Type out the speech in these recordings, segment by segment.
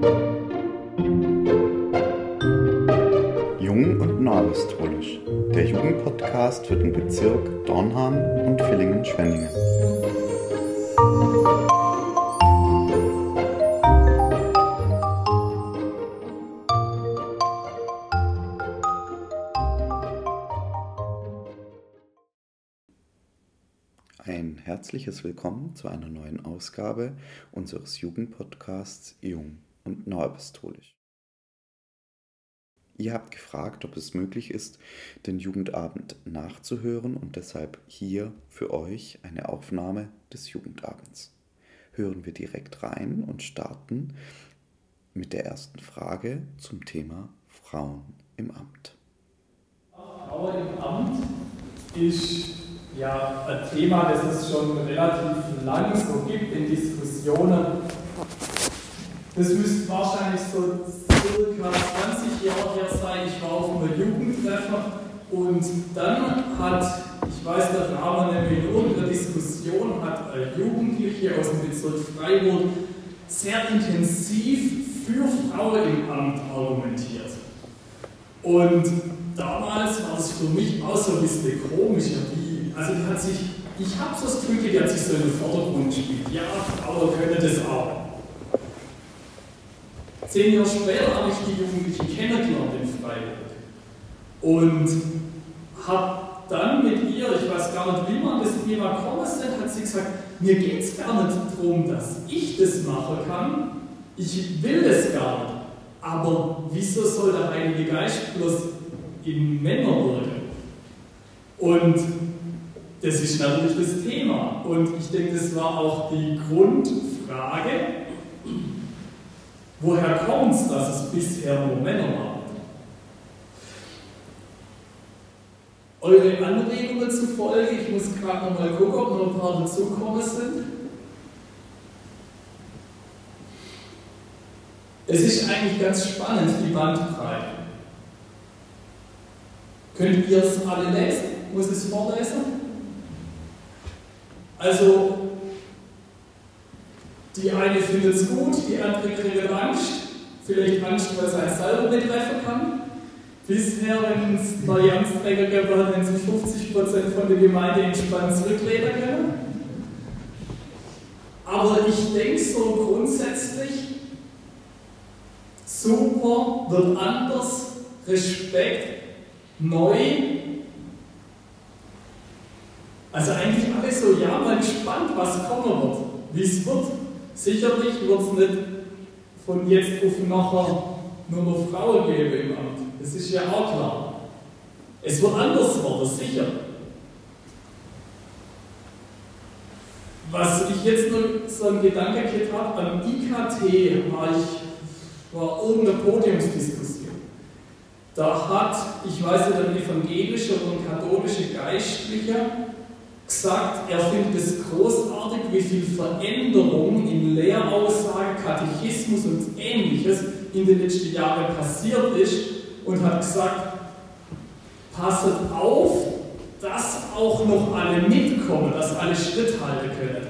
Jung und Neuapostolisch, der Jugendpodcast für den Bezirk Dornhahn und Villingen-Schwenningen. Ein herzliches Willkommen zu einer neuen Ausgabe unseres Jugendpodcasts Jung und Neuapostolisch. Ihr habt gefragt, ob es möglich ist, den Jugendabend nachzuhören und deshalb hier für euch eine Aufnahme des Jugendabends. Hören wir direkt rein und starten mit der ersten Frage zum Thema Frauen im Amt. Frauen im Amt ist ein Thema, das es schon relativ lang so gibt in Diskussionen. Das müsste wahrscheinlich so circa 20 Jahre her sein. Ich war auf einem Jugendtreffen und dann hat, ich weiß der Name nämlich, in irgendeiner Diskussion hat eine Jugendliche aus dem Bezirk Freiburg sehr intensiv für Frauen im Amt argumentiert. Und damals war es für mich auch so ein bisschen komischer, also ich habe so das Gefühl, die hat sich so in den Vordergrund gespielt. Ja, Frauen können das auch. 10 Jahre später habe ich die Jugendlichen kennengelernt in Freiburg und habe dann mit ihr, ich weiß gar nicht, wie man das Thema gekommen ist, hat sie gesagt, mir geht es gar nicht darum, dass ich das machen kann, ich will das gar nicht, aber wieso soll der Heilige Geist bloß in Männer wirken? Und das ist natürlich das Thema und ich denke, das war auch die Grundfrage, woher kommt es, dass es bisher nur Männer waren? Eure Anregungen zufolge, ich muss gerade noch mal gucken, ob noch ein paar dazugekommen sind. Es ist eigentlich ganz spannend, die Bandbreite. Könnt ihr es alle lesen? Muss ich es vorlesen? Also, die eine findet es gut, die andere kriegt Angst. Vielleicht Angst, weil es einen selber betreffen kann. Bisher, wenn es neue Amtsträger gab, wenn sich 50% von der Gemeinde entspannt zurücklehnen können. Aber ich denke so grundsätzlich, super, wird anders, Respekt, neu. Also eigentlich alle so, ja, mal gespannt, was kommen wird, wie es wird. Sicherlich wird es nicht von jetzt auf nachher nur noch Frauen geben im Amt. Das ist ja auch klar. Es wird anders werden, sicher. Was ich jetzt nur so einen Gedanke gehabt habe, am IKT war irgendeine Podiumsdiskussion. Da hat, ich weiß nicht, ein evangelischer oder ein katholischer Geistlicher gesagt, er findet es großartig, wie viel Veränderung in Lehraussagen, Katechismus und Ähnliches in den letzten Jahren passiert ist und hat gesagt, passet auf, dass auch noch alle mitkommen, dass alle Schritt halten können.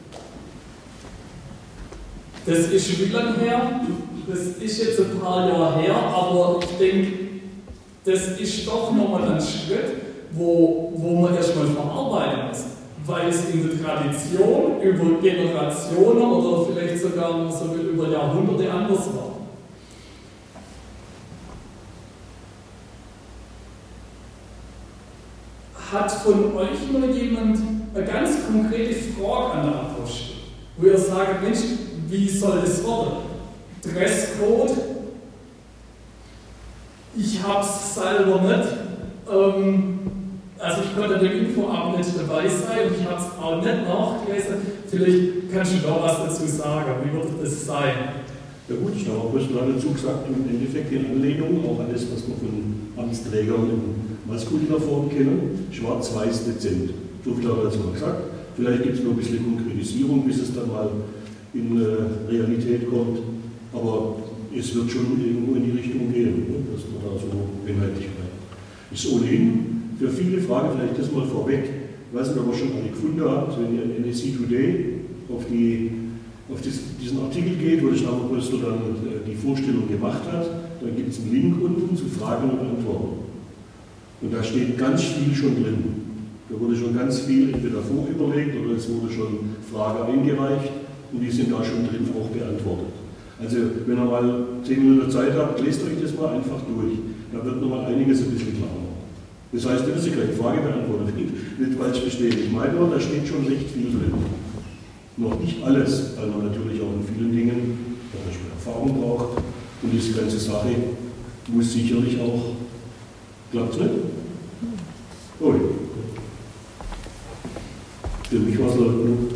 Das ist wie lange her? Das ist jetzt ein paar Jahre her, aber ich denke, das ist doch nochmal ein Schritt, wo man erstmal verarbeiten muss, weil es in der Tradition über Generationen oder vielleicht sogar so über Jahrhunderte anders war. Hat von euch nur jemand eine ganz konkrete Frage an der Apostel, wo ihr sagt, Mensch, wie soll das werden? Dresscode? Ich habe es selber nicht. Also ich konnte dem Infoabend nicht dabei sein und ich habe es auch nicht nachgelesen. Vielleicht kannst du da was dazu sagen. Wie wird das sein? Ja gut, ich habe bloß gerade dazu gesagt, im Endeffekt in Anlehnung auch alles, was wir von Amtsträgern in maskuliner Form kennen, schwarz-weiß dezent. So viel habe ich dazu gesagt. Vielleicht gibt es noch ein bisschen Konkretisierung, bis es dann mal in Realität kommt. Aber es wird schon irgendwo in die Richtung gehen, ne? Dass man da so einheitlich bleibt. Ist ohnehin für viele Fragen, vielleicht das mal vorweg, ich weiß nicht, ob ihr schon alle gefunden habt, wenn ihr NSC Today auf auf diesen Artikel geht, wo der Stammapostel dann die Vorstellung gemacht hat, dann gibt es einen Link unten zu Fragen und Antworten. Und da steht ganz viel schon drin. Da wurde schon ganz viel entweder vorüberlegt oder es wurde schon Frage eingereicht und die sind da schon drin auch beantwortet. Also wenn ihr mal 10 Minuten Zeit habt, lest euch das mal einfach durch. Da wird nochmal einiges ein bisschen klarer. Das heißt, wenn ihr keine Frage beantwortet, nicht falsch verstehen. Ich meine, da steht schon recht viel drin. Noch nicht alles, weil man natürlich auch in vielen Dingen Erfahrung braucht. Und diese ganze Sache muss sicherlich auch, klappt es nicht? Oh. Für mich war es nur.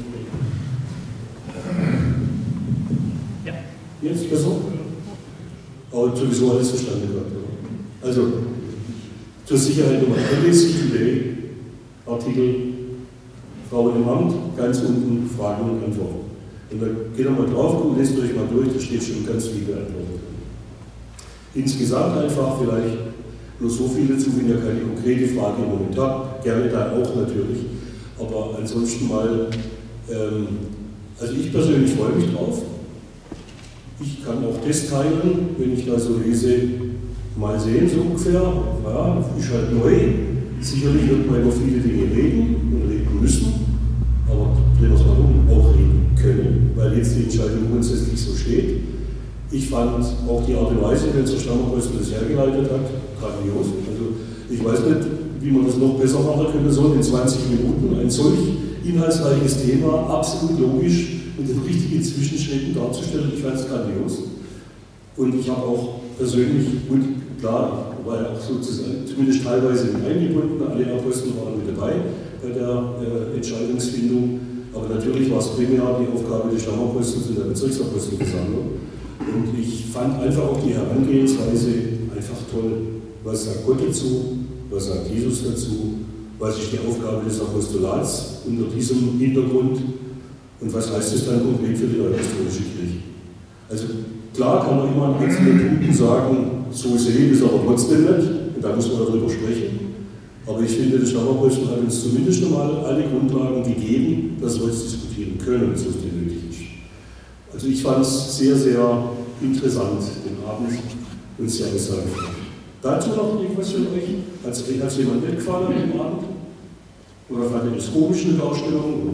Ja. Jetzt besser? Aber sowieso alles verstanden gehabt. Also, zur Sicherheit nochmal. Artikel Frauen im Amt, ganz unten Fragen und Antworten. Und da geht mal drauf und lest euch mal durch, da steht schon ganz viel beantwortet. Insgesamt einfach vielleicht nur so viele dazu, wenn ihr keine konkrete Frage im Moment habt, gerne da auch natürlich. Aber ansonsten mal, also ich persönlich freue mich drauf. Ich kann auch das teilen, wenn ich da so lese, mal sehen, so ungefähr. Ja, ist halt neu. Sicherlich wird man über viele Dinge reden und reden müssen, aber drehen wir es mal um, auch reden können, weil jetzt die Entscheidung grundsätzlich so steht. Ich fand auch die Art und Weise, wie der Stammapostel das hergeleitet hat, grandios. Also ich weiß nicht, wie man das noch besser machen könnte, so in 20 Minuten ein solch inhaltsreiches Thema, absolut logisch mit den richtigen Zwischenschritten darzustellen. Ich fand es grandios. Und ich habe auch persönlich, gut, klar, war ja auch sozusagen zumindest teilweise mit eingebunden, alle Apostel waren mit dabei bei der Entscheidungsfindung, aber natürlich war es primär die Aufgabe des Stammapostels in der Bezirksapostelversammlung. Und ich fand einfach auch die Herangehensweise einfach toll. Was sagt Gott dazu? Was sagt Jesus dazu? Was ist die Aufgabe des Apostolats unter diesem Hintergrund? Und was heißt es dann konkret für die Apostolische Kirche? Also klar kann man immer an einzelnen Punkten sagen, so sehe ich es aber trotzdem nicht, und da muss man darüber sprechen. Aber ich finde, der Stammapostel hat uns zumindest einmal alle Grundlagen gegeben, dass wir jetzt diskutieren können, so es denn nötig ist. Also ich fand es sehr, sehr interessant, den Abend, und sehr aussagekräftig. Dazu noch irgendwas von euch? Hat es jemand weggefallen am Abend? Oder fand ihr das komisch, eine Darstellung?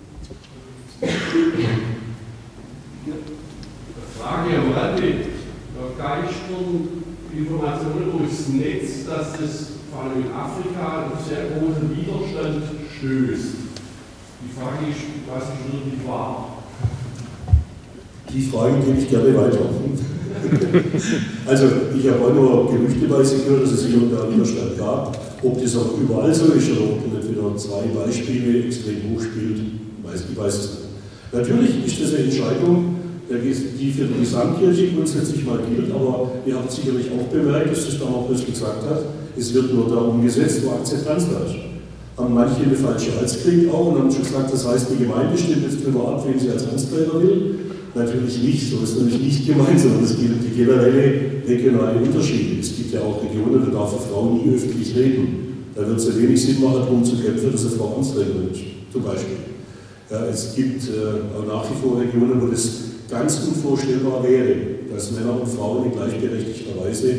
Frage am Rande. Da geistern Informationen durchs Netz, dass es vor allem in Afrika einen sehr großen Widerstand stößt. Die Frage ist, was ist wirklich wahr? Die Frage gebe ich gerne weiter. Also, ich habe auch nur gerüchteweise gehört, dass es hier und da einen Widerstand gab. Ob das auch überall so ist oder ob man nicht wieder 2 Beispiele extrem hoch spielt, ich weiß es nicht. Natürlich ist das eine Entscheidung, die für die Gesamtkirche grundsätzlich mal gilt, aber ihr habt sicherlich auch bemerkt, dass der Stammapostel gesagt hat, es wird nur da umgesetzt, wo Akzeptanz da ist. Haben manche eine falsche Hals gekriegt auch und haben schon gesagt, das heißt, die Gemeinde stimmt jetzt drüber ab, wen sie als Amtsträger will. Natürlich nicht, so ist natürlich nicht gemeint, sondern es geht um die generelle regionale Unterschiede. Es gibt ja auch Regionen, da darf eine Frau nie öffentlich reden. Da wird es ja wenig Sinn machen, darum zu kämpfen, dass eine Frau Amtsträgerin ist, zum Beispiel. Ja, es gibt auch nach wie vor Regionen, wo das ganz unvorstellbar wäre, dass Männer und Frauen in gleichberechtigter Weise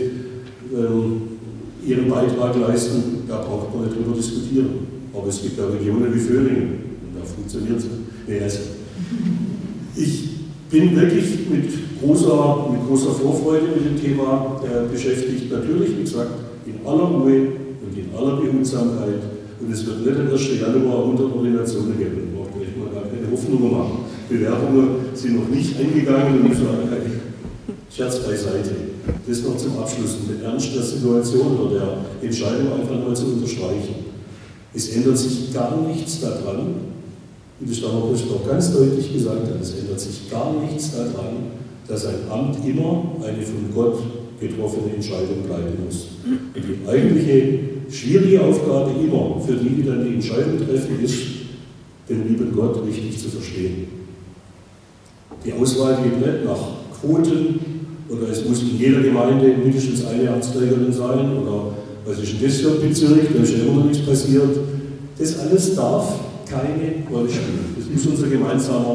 ihren Beitrag leisten. Da braucht man nicht drüber diskutieren. Aber es gibt auch Regionen wie Völingen, und da funktioniert es. Nee, also ich bin wirklich mit großer Vorfreude mit dem Thema beschäftigt. Natürlich, wie gesagt, in aller Ruhe und in aller Behutsamkeit. Und es wird nicht am 1. Januar 100 Ordinationen geben. Da braucht man mal gar keine Hoffnung machen. Bewerbungen sind noch nicht eingegangen und müssen Scherz beiseite. Das noch zum Abschluss, um den Ernst der Situation oder der Entscheidung einfach mal zu unterstreichen. Es ändert sich gar nichts daran, und der Stammapostel auch ganz deutlich gesagt hat, es ändert sich gar nichts daran, dass ein Amt immer eine von Gott getroffene Entscheidung bleiben muss. Und die eigentliche schwierige Aufgabe immer für die dann die Entscheidung treffen, ist, den lieben Gott richtig zu verstehen. Die Auswahl geht nicht nach Quoten oder es muss in jeder Gemeinde mindestens eine Amtsträgerin sein oder was ist denn das für ein Bezirk, da ist ja immer noch nichts passiert. Das alles darf keine Rolle spielen. Das muss unser gemeinsamer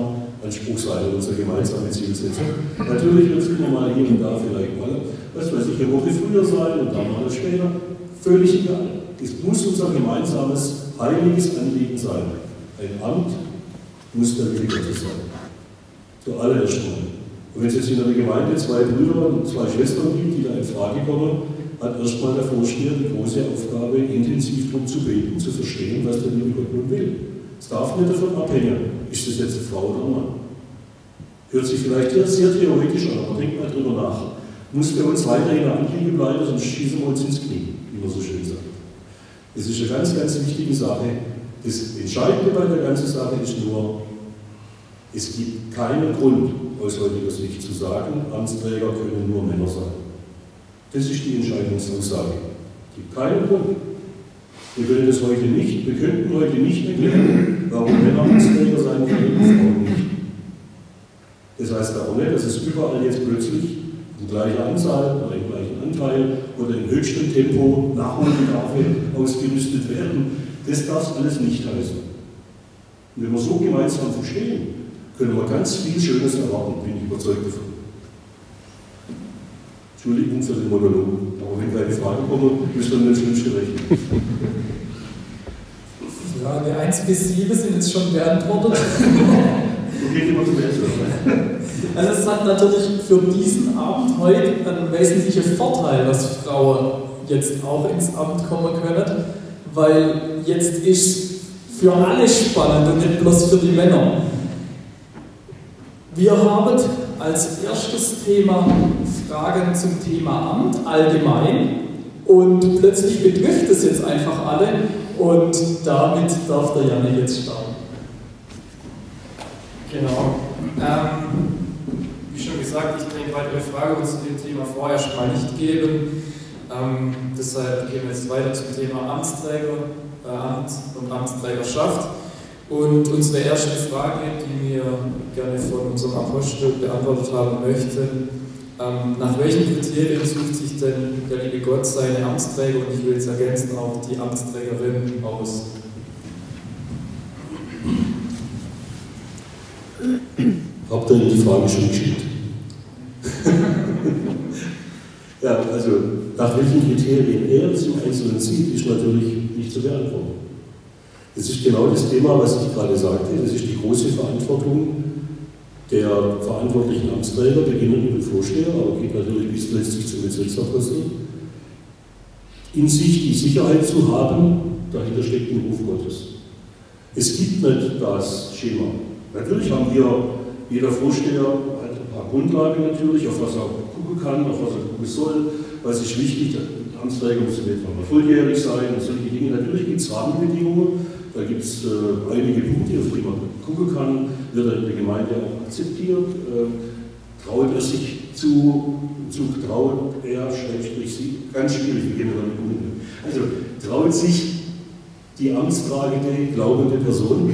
Anspruchsweise unserer gemeinsamen Zielsetzung. Natürlich wird es immer mal hier und da vielleicht mal, was weiß ich, eine Woche früher sein und dann mal später. Völlig egal. Es muss unser gemeinsames, heiliges Anliegen sein. Ein Amt muss der Wille Gottes sein. Zuallererst mal. Und wenn es jetzt in einer Gemeinde 2 Brüder und 2 Schwestern gibt, die da in Frage kommen, hat erstmal der Vorsteher die große Aufgabe, intensiv darum zu beten, zu verstehen, was der liebe Gott nun will. Es darf nicht davon abhängen, ist das jetzt eine Frau oder ein Mann. Hört sich vielleicht sehr theoretisch an, aber denkt mal drüber nach. Muss für uns weiterhin eine Anliege bleiben, sonst schießen wir uns ins Knie, wie man so schön sagt. Das ist eine ganz, ganz wichtige Sache. Das Entscheidende bei der ganzen Sache ist nur, es gibt keinen Grund, aus heutiger Sicht zu sagen, Amtsträger können nur Männer sein. Das ist die Entscheidungsaussage. Es gibt keinen Grund. Wir können das heute nicht, wir könnten heute nicht erklären, warum Männer Amtsträger sein können und Frauen nicht. Das heißt auch nicht, dass es überall jetzt plötzlich in gleicher Anzahl oder im gleichen Anteil oder in höchstem Tempo Nachholbedarfe ausgerüstet werden. Das darf es alles nicht heißen. Und wenn wir so gemeinsam verstehen, können wir ganz viel Schönes erwarten, bin ich überzeugt davon. Entschuldigung für den Monolog, aber wenn keine Fragen kommen, müsst ihr nicht schlimmste rechnen. Frage 1 bis 7 sind jetzt schon beantwortet. Okay, immer zum Ersten. Also es hat natürlich für diesen Amt heute einen wesentlichen Vorteil, dass Frauen jetzt auch ins Amt kommen können, weil jetzt ist für alle spannend und nicht bloß für die Männer. Wir haben als erstes Thema Fragen zum Thema Amt allgemein und plötzlich betrifft es jetzt einfach alle und damit darf der Janne jetzt starten. Genau. Wie schon gesagt, ich denke, weitere Frage wird es zu dem Thema vorerst mal nicht geben. Deshalb gehen wir jetzt weiter zum Thema Amtsträger, Amt und Amtsträgerschaft. Und unsere erste Frage, die wir gerne von unserem Apostel beantwortet haben möchten, nach welchen Kriterien sucht sich denn der liebe Gott seine Amtsträger und ich will jetzt ergänzen auch die Amtsträgerin aus? Habt ihr die Frage schon geschickt? Ja, also nach welchen Kriterien er es im Einzelnen sieht, ist natürlich nicht zu beantworten. Das ist genau das Thema, was ich gerade sagte. Das ist die große Verantwortung der verantwortlichen Amtsträger, beginnend mit dem Vorsteher, aber geht natürlich bis letztlich zum Bezirksapostel, in sich die Sicherheit zu haben, dahinter steckt ein Ruf Gottes. Es gibt nicht das Schema. Natürlich haben wir, jeder Vorsteher hat ein paar Grundlagen natürlich, auf was er gucken kann, auf was er gucken soll, was ist wichtig, der Amtsträger muss etwa mal volljährig sein und solche Dinge. Natürlich gibt es Rahmenbedingungen, da gibt es einige Punkte, auf die man gucken kann, wird er in der Gemeinde auch akzeptiert, traut er sich traut er, Schrägstrich sie, ganz schwierig, wie gehen wir damit um. Also traut sich die amtstragende, glaubende Person,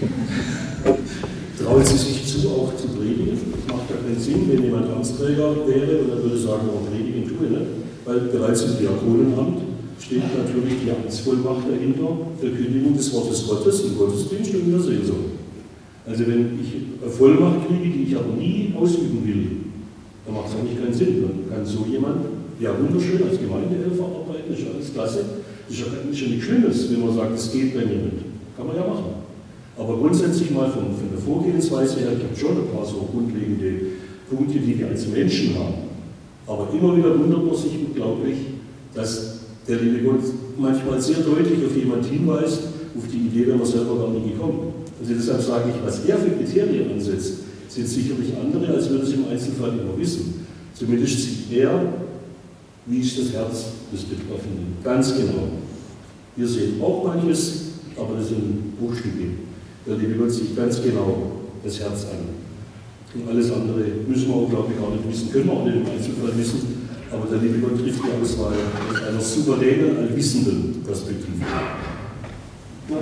traut sie sich zu, auch zu predigen. Das macht ja keinen Sinn, wenn jemand Amtsträger wäre und er würde sagen, oh, predigen tue ich nicht, weil bereits im Diakonenamt steht natürlich die Amtsvollmacht dahinter, Verkündigung des Wortes Gottes im Gottesdienst und in der Seelsorge. Also wenn ich eine Vollmacht kriege, die ich aber nie ausüben will, dann macht es eigentlich keinen Sinn. Dann kann so jemand, ja wunderschön, als Gemeindehelfer arbeiten, ist alles klasse. Das ist ja eigentlich schon nichts Schlimmes, wenn man sagt, es geht bei mir nicht. Kann man ja machen. Aber grundsätzlich mal von der Vorgehensweise her, gibt es schon ein paar so grundlegende Punkte, die wir als Menschen haben. Aber immer wieder wundert man sich unglaublich, dass der liebe Gott manchmal sehr deutlich auf jemanden hinweist, auf die Idee, wenn man selber gar nicht gekommen. Also deshalb sage ich, was er für Kriterien ansetzt, sind sicherlich andere, als wir das im Einzelfall immer wissen. Zumindest sieht er, wie ist das Herz des Betroffenen. Ganz genau. Wir sehen auch manches, aber das sind Bruchstücke. Der liebe Gott sieht ganz genau das Herz an. Und alles andere müssen wir auch, glaube ich, gar nicht wissen, können wir auch nicht im Einzelfall wissen. Aber der liebe Gott trifft die Auswahl aus einer souveränen, allwissenden Perspektive. Ja.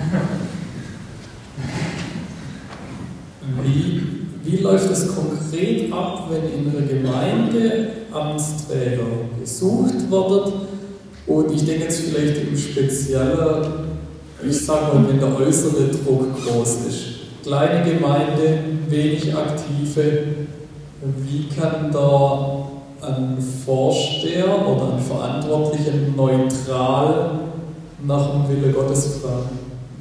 Wie läuft es konkret ab, wenn in einer Gemeinde Amtsträger gesucht wird? Und ich denke jetzt vielleicht im Speziellen, ich sage mal, wenn der äußere Druck groß ist. kleine Gemeinde, wenig Aktive. Wie kann da ein Vorsteher oder ein Verantwortlicher neutral nach dem Wille Gottes fragen?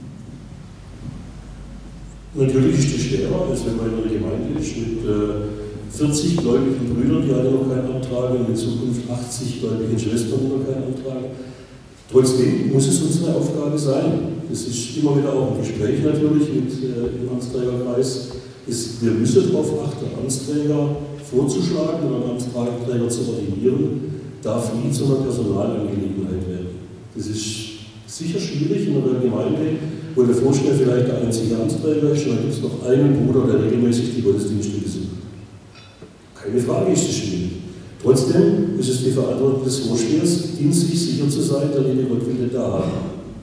Natürlich ist es schwerer, als wenn man in einer Gemeinde ist mit 40 gläubigen Brüdern, die alle noch keinen Amt tragen, und in Zukunft 80 gläubigen Schwestern, die noch keinen Amt tragen. Trotzdem muss es unsere Aufgabe sein. Das ist immer wieder auch ein Gespräch natürlich mit dem Amtsträgerkreis. Wir müssen darauf achten, Amtsträger vorzuschlagen oder einen Amtsträger zu ordinieren, darf nie zu einer Personalangelegenheit werden. Das ist sicher schwierig in einer Gemeinde, wo der Vorsteher vielleicht der einzige Amtsträger ist, und dann gibt es noch einen Bruder, der regelmäßig die Gottesdienste besucht. Keine Frage, ist es schwierig. Trotzdem ist es die Verantwortung des Vorstehers, in sich sicher zu sein, der liebe Gott will da haben.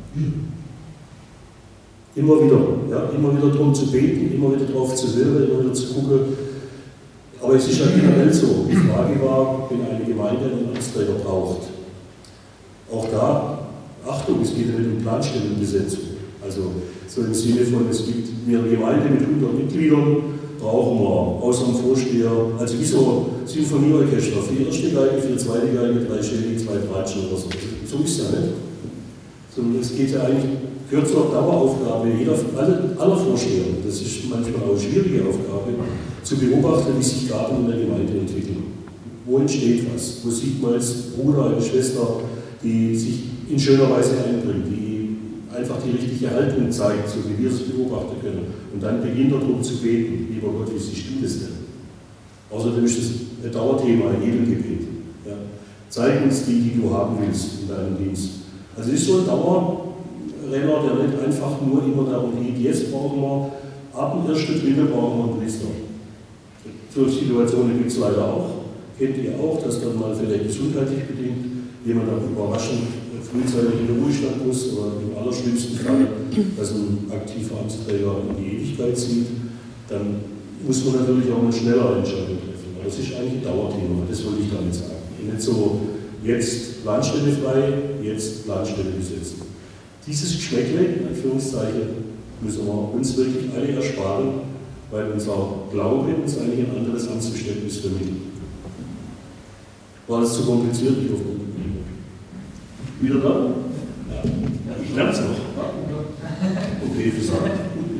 Immer wieder darum zu beten, immer wieder darauf zu hören, immer wieder zu gucken. Aber es ist ja generell so. Die Frage war, wenn eine Gemeinde einen Amtsträger braucht. Auch da, Achtung, es geht ja nicht um Planstellenbesetzung. Also so im Sinne von, es gibt eine Gemeinde mit 100 Mitgliedern, brauchen wir außer dem Vorsteher, also wie so Sinfonieorchester, 4 erste Geige, 4 zweite Geige, 3 Celli, 2 Bratschen oder so. So ist es ja nicht. Sondern es geht ja eigentlich, gehört zur Daueraufgabe aller Vorsteher, das ist manchmal auch eine schwierige Aufgabe, zu beobachten, wie sich Gaben in der Gemeinde entwickeln. Wo entsteht was? Wo sieht man als Bruder, eine Schwester, die sich in schöner Weise einbringt, die einfach die richtige Haltung zeigt, so wie wir es beobachten können. Und dann beginnt er darum zu beten, lieber Gott, wie siehst du das denn? Außerdem ist das ein Dauerthema in jedem Gebet. Ja. Zeig uns die du haben willst in deinem Dienst. Also es ist so ein Dauerrenner, der nicht einfach nur immer darum geht, jetzt brauchen wir, ab dem ersten Drittel brauchen wir einen Priester. So Situationen gibt es leider auch. Kennt ihr auch, dass dann mal vielleicht gesundheitlich bedingt jemand auch überraschend frühzeitig in den Ruhestand muss oder im allerschlimmsten Fall, dass ein aktiver Amtsträger in die Ewigkeit zieht, dann muss man natürlich auch eine schnellere Entscheidung treffen. Aber das ist eigentlich ein Dauerthema, das wollte ich damit sagen. Nicht so, jetzt Planstelle frei, jetzt Planstelle besetzen. Dieses Geschmäckle, in Anführungszeichen, müssen wir uns wirklich alle ersparen, weil unser Glaube uns eigentlich ein anderes Amtsverständnis vermittelt. War das zu kompliziert? Ich hoffe, wieder da? Ja. Ich lerne es noch. Okay, versagt.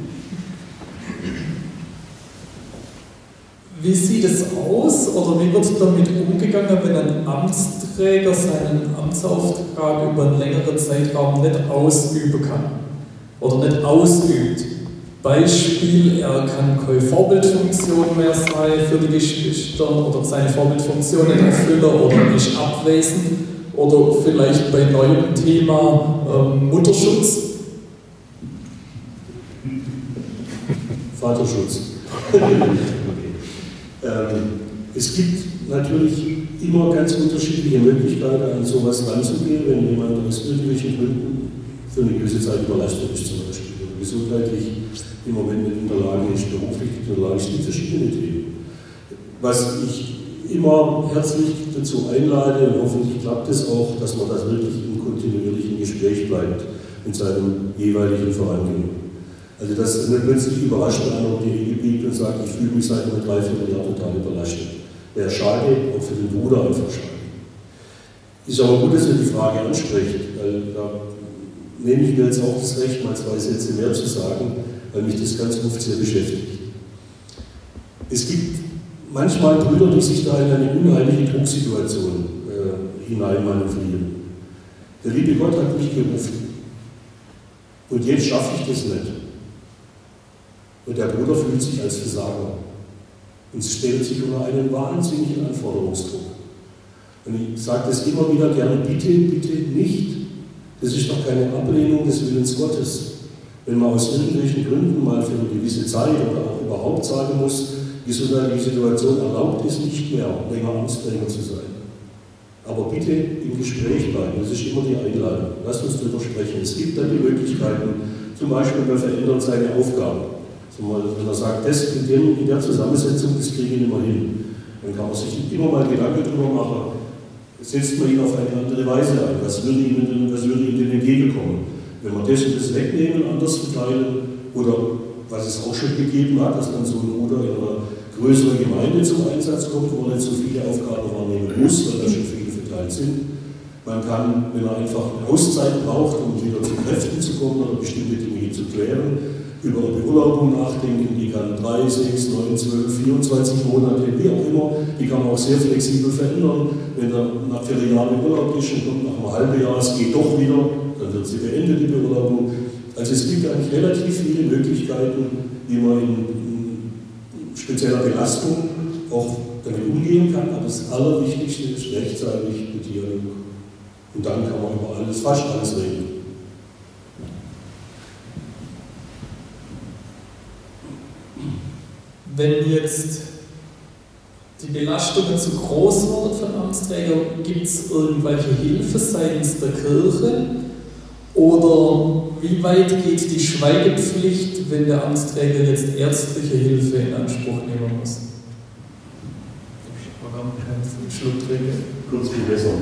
Wie sieht es aus oder wie wird damit umgegangen, wenn ein Amtsträger seinen Amtsauftrag über einen längeren Zeitraum nicht ausüben kann oder nicht ausübt? Beispiel, er kann keine Vorbildfunktion mehr sein für die Geschwister oder seine Vorbildfunktion nicht erfüllen oder ist abwesend oder vielleicht bei neuem Thema Mutterschutz. Vaterschutz. Es gibt natürlich immer ganz unterschiedliche Möglichkeiten, an sowas ranzugehen, wenn jemand aus irgendwelchen Gründen für eine gewisse Zeit überlastet ist, zum Beispiel, oder gesundheitlich im Moment nicht in der Lage ist, beruflich in der Lage ist, die verschiedenen Themen. Was ich immer herzlich dazu einlade, und hoffentlich klappt es auch, dass man das wirklich im kontinuierlichen Gespräch bleibt mit seinem jeweiligen Vorangehen. Also das nicht plötzlich überrascht einer um die Ecke biegt und sagt, ich fühle mich seit einem Dreivierteljahr total überlastet. Wäre schade, auch für den Bruder einfach schade. Ist aber gut, dass ihr die Frage ansprecht, weil da nehme ich mir jetzt auch das Recht, mal 2 Sätze mehr zu sagen, weil mich das ganz oft sehr beschäftigt. Es gibt manchmal Brüder, die sich da in eine unheimliche Drucksituation hineinmanövrieren. Der liebe Gott hat mich gerufen. Und jetzt schaffe ich das nicht. Und der Bruder fühlt sich als Versager. Und es stellt sich unter einen wahnsinnigen Anforderungsdruck. Und ich sage das immer wieder gerne, bitte, bitte nicht. Das ist doch keine Ablehnung des Willens Gottes. Wenn man aus irgendwelchen Gründen mal für eine gewisse Zeit oder auch überhaupt sagen muss, die Situation erlaubt es nicht mehr, länger Amtsträger zu sein. Aber bitte im Gespräch bleiben, das ist immer die Einladung. Lasst uns darüber sprechen. Es gibt dann die Möglichkeiten, zum Beispiel, man verändert seine Aufgaben. Wenn er sagt, das in der Zusammensetzung, das kriege ich nicht mehr hin, dann kann man sich immer mal Gedanken darüber machen, setzt man ihn auf eine andere Weise ein, was würde ihm denn entgegenkommen? Wenn wir das und das wegnehmen, anders verteilen, oder was es auch schon gegeben hat, dass dann so ein Bruder in einer größeren Gemeinde zum Einsatz kommt, wo er nicht so viele Aufgaben wahrnehmen muss, weil da schon viele verteilt sind. Man kann, wenn er einfach eine Auszeit braucht, um wieder zu Kräften zu kommen oder bestimmte Dinge zu klären, über eine Beurlaubung nachdenken, die kann 3, 6, 9, 12, 24 Monate, wie auch immer, die kann man auch sehr flexibel verändern. Wenn er nach 4 Jahren Urlaub ist und kommt nach einem halben Jahr, es geht doch wieder, dann wird sie beendet, die Beurlaubung. Also es gibt eigentlich relativ viele Möglichkeiten, wie man in spezieller Belastung auch damit umgehen kann, aber das Allerwichtigste ist rechtzeitig der Dialog. Und dann kann man über alles, fast alles reden. Wenn jetzt die Belastungen zu groß wurden von Amtsträgern, gibt es irgendwelche Hilfe seitens der Kirche? Oder wie weit geht die Schweigepflicht, wenn der Amtsträger jetzt ärztliche Hilfe in Anspruch nehmen muss? Ich habe keinen Schluck trinken. Kurz verbessern.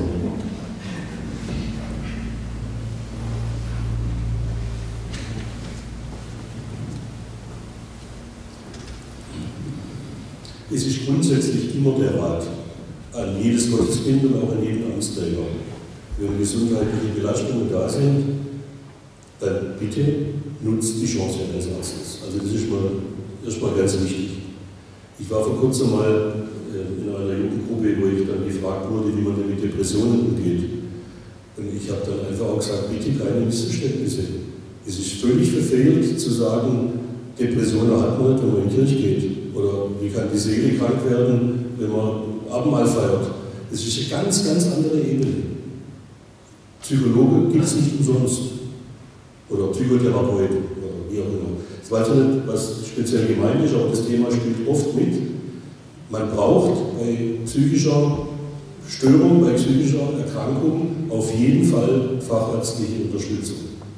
Es ist grundsätzlich immer der Rat an jedes Gotteskind und auch an jeden Amtsträger. Wenn gesundheitliche Belastungen da sind, dann bitte nutzt die Chance eines Arztes. Also das ist erstmal ganz wichtig. Ich war vor kurzem mal in einer Jugendgruppe, wo ich dann gefragt wurde, wie man denn mit Depressionen umgeht. Und ich habe dann einfach auch gesagt, bitte keine Missverständnisse. Es ist völlig verfehlt zu sagen, Depressionen hat man nicht, wenn man in die Kirche geht. Oder wie kann die Seele krank werden, wenn man Abendmahl feiert. Das ist eine ganz, ganz andere Ebene. Psychologe gibt es nicht umsonst. Oder Psychotherapeuten oder wie auch immer. Ich weiß nicht, was speziell gemeint ist, aber das Thema spielt oft mit. Man braucht bei psychischer Störung, bei psychischer Erkrankung auf jeden Fall fachärztliche Unterstützung.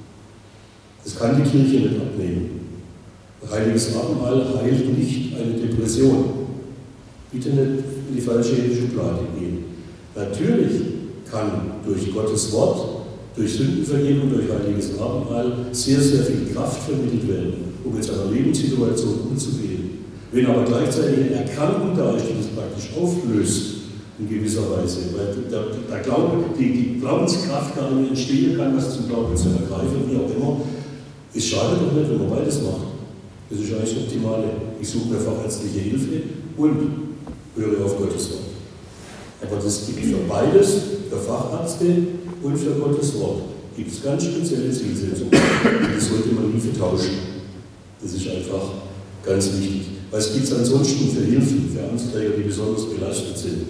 Das kann die Kirche nicht abnehmen. Heiliges Abendmahl heilt nicht eine Depression. Bitte nicht in die falsche Schublade gehen. Natürlich kann durch Gottes Wort, durch Sündenvergebung, durch Heiliges Abendmahl sehr, sehr viel Kraft vermittelt werden, um mit seiner Lebenssituation umzugehen. Wenn aber gleichzeitig eine Erkrankung da ist, die das praktisch auflöst, in gewisser Weise, weil der Glaube, die Glaubenskraft gar nicht entstehen kann, was zum Glauben zu ergreifen, wie auch immer, es schadet doch nicht, wenn man beides macht. Das ist eigentlich das Optimale. Ich suche mir fachärztliche Hilfe und höre auf Gottes Wort. Aber das gibt für beides, für Fachärzte und für Gottes Wort, gibt es ganz spezielle Zielsetzungen. Das sollte man nie vertauschen. Das ist einfach ganz wichtig. Was gibt es ansonsten für Hilfen, für Amtsträger, die besonders belastet sind?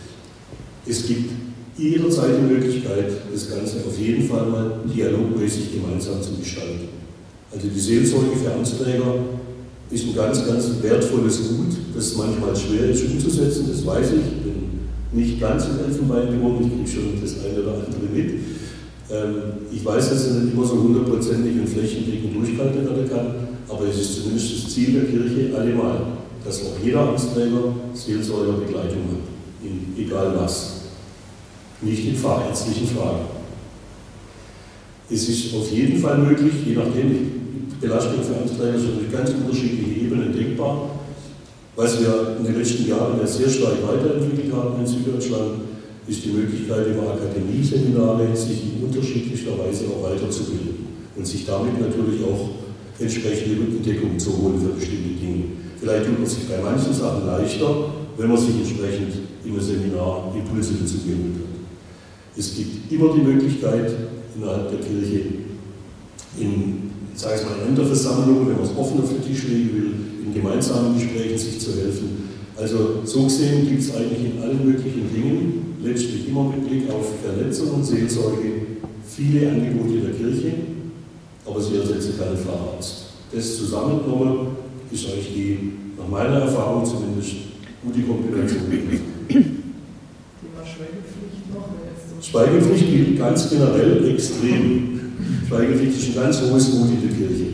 Es gibt jederzeit die Möglichkeit, das Ganze auf jeden Fall mal dialogmäßig gemeinsam zu gestalten. Also die Seelsorge für Amtsträger ist ein ganz, ganz wertvolles Gut, das manchmal schwer ist umzusetzen, das weiß ich. Ich bin nicht ganz im Elfenbeinturm, ich kriege schon das eine oder andere mit. Ich weiß, dass es nicht immer so hundertprozentig und flächendeckend durchgehalten werden kann, aber es ist zumindest das Ziel der Kirche allemal, dass auch jeder Amtsträger Seelsorgerbegleitung hat, in egal was. Nicht in fachärztlichen Fragen. Es ist auf jeden Fall möglich, je nachdem, die Belastung für Amtsträger sind auf ganz unterschiedliche Ebenen denkbar. Was wir in den letzten Jahren sehr stark weiterentwickelt haben in Süddeutschland, ist die Möglichkeit, über Akademieseminare sich in unterschiedlicher Weise auch weiterzubilden und sich damit natürlich auch entsprechende Rückendeckung zu holen für bestimmte Dinge. Vielleicht tut man sich bei manchen Sachen leichter, wenn man sich entsprechend im Seminar Impulse dazu geben kann. Es gibt immer die Möglichkeit, innerhalb der Kirche in, sage ich mal, in Länderversammlungen, wenn man es offen auf den Tisch legen will, in gemeinsamen Gesprächen sich zu helfen. Also so gesehen gibt es eigentlich in allen möglichen Dingen, letztlich immer mit Blick auf Vernetzung und Seelsorge, viele Angebote der Kirche, aber sie ersetzen keinen Facharzt. Das zusammengenommen ist eigentlich die, nach meiner Erfahrung zumindest, gute Kombination. Schweigepflicht gilt ganz generell extrem. Schweigepflicht ist ein ganz hohes Gut in der Kirche.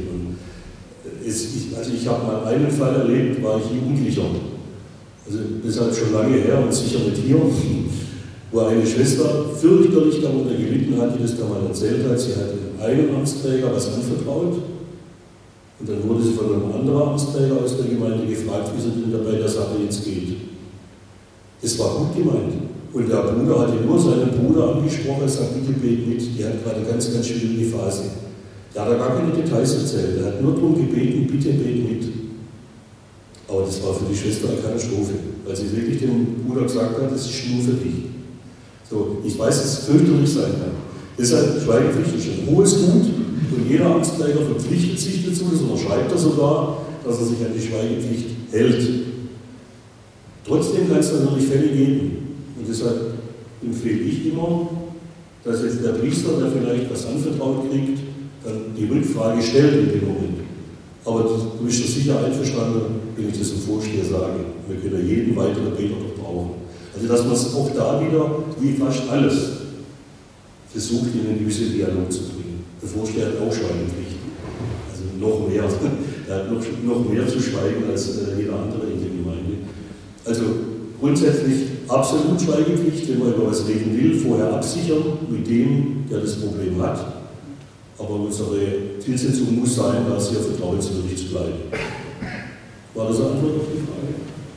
Ich habe mal einen Fall erlebt, war ich Jugendlicher. Also das ist halt schon lange her und sicher nicht hier, wo eine Schwester fürchterlich darunter gelitten hat, die das da mal erzählt hat. Sie hat einem Amtsträger was anvertraut. Und dann wurde sie von einem anderen Amtsträger aus der Gemeinde gefragt, wie es denn dabei der Sache jetzt geht. Das war gut gemeint. Und der Bruder hatte nur seinen Bruder angesprochen, er sagt, bitte bet mit, die hat gerade eine ganz, ganz schwierige Phase. Der hat gar keine Details erzählt, er hat nur darum gebeten, bitte bet mit. Aber das war für die Schwester eine Katastrophe, weil sie wirklich dem Bruder gesagt hat, das ist nur für dich. So, ich weiß, dass es fürchterlich sein kann. Deshalb Schweigepflicht ist ein hohes Gut und jeder Amtsträger verpflichtet sich dazu, das unterschreibt er sogar, dass er sich an die Schweigepflicht hält. Trotzdem kann es natürlich Fälle geben. Und deshalb empfehle ich immer, dass jetzt der Priester, der vielleicht was anvertraut kriegt, dann die Rückfrage stellt in dem Moment. Aber du bist doch sicher einverstanden, wenn ich das im Vorsteher sage. Wir können ja jeden weiteren Beter noch brauchen. Also dass man es auch da wieder, wie fast alles, versucht, in einen gewissen Dialog zu bringen. Der Vorsteher hat auch Schweigepflicht. Also noch mehr. Er hat noch mehr zu schweigen als jeder andere in der Gemeinde. Also grundsätzlich absolut Schweigepflicht, wenn man über was reden will, vorher absichern mit dem, der das Problem hat. Aber unsere Zielsetzung muss sein, da sehr vertrauenswürdig zu bleiben. War das eine Antwort auf die Frage?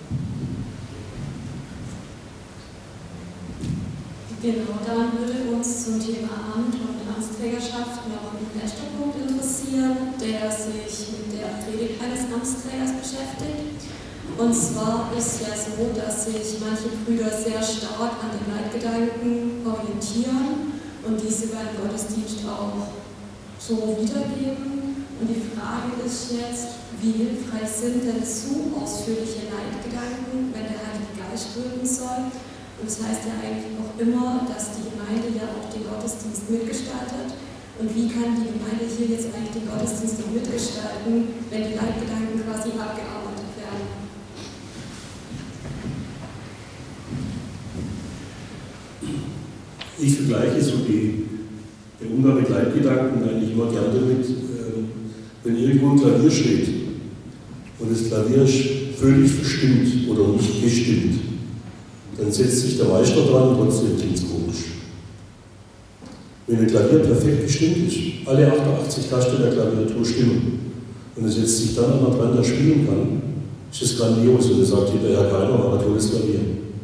Genau, dann würde uns zum Thema Amt und Amtsträgerschaft noch ein letzter Punkt interessieren, der sich mit der Predigt eines Amtsträgers beschäftigt. Und zwar ist ja so, dass sich manche Brüder sehr stark an den Leitgedanken orientieren und diese beim Gottesdienst auch so wiedergeben. Und die Frage ist jetzt, wie hilfreich sind denn zu ausführliche Leitgedanken, wenn der Heilige Geist wirken soll? Und das heißt ja eigentlich auch immer, dass die Gemeinde ja auch den Gottesdienst mitgestaltet. Und wie kann die Gemeinde hier jetzt eigentlich den Gottesdienst noch mitgestalten, wenn die Leitgedanken quasi abgearbeitet werden? Ich vergleiche so den Umgang mit Leitgedanken eigentlich immer gerne damit, wenn irgendwo ein Klavier steht und das Klavier ist völlig verstimmt oder nicht gestimmt, dann setzt sich der Meister dran und trotzdem klingt es komisch. Wenn ein Klavier perfekt gestimmt ist, alle 88 Tasten der Klaviatur stimmen und es setzt sich dann einer dran, der spielen kann, ist das grandios und er sagt hinterher keiner, aber ein tolles Klavier.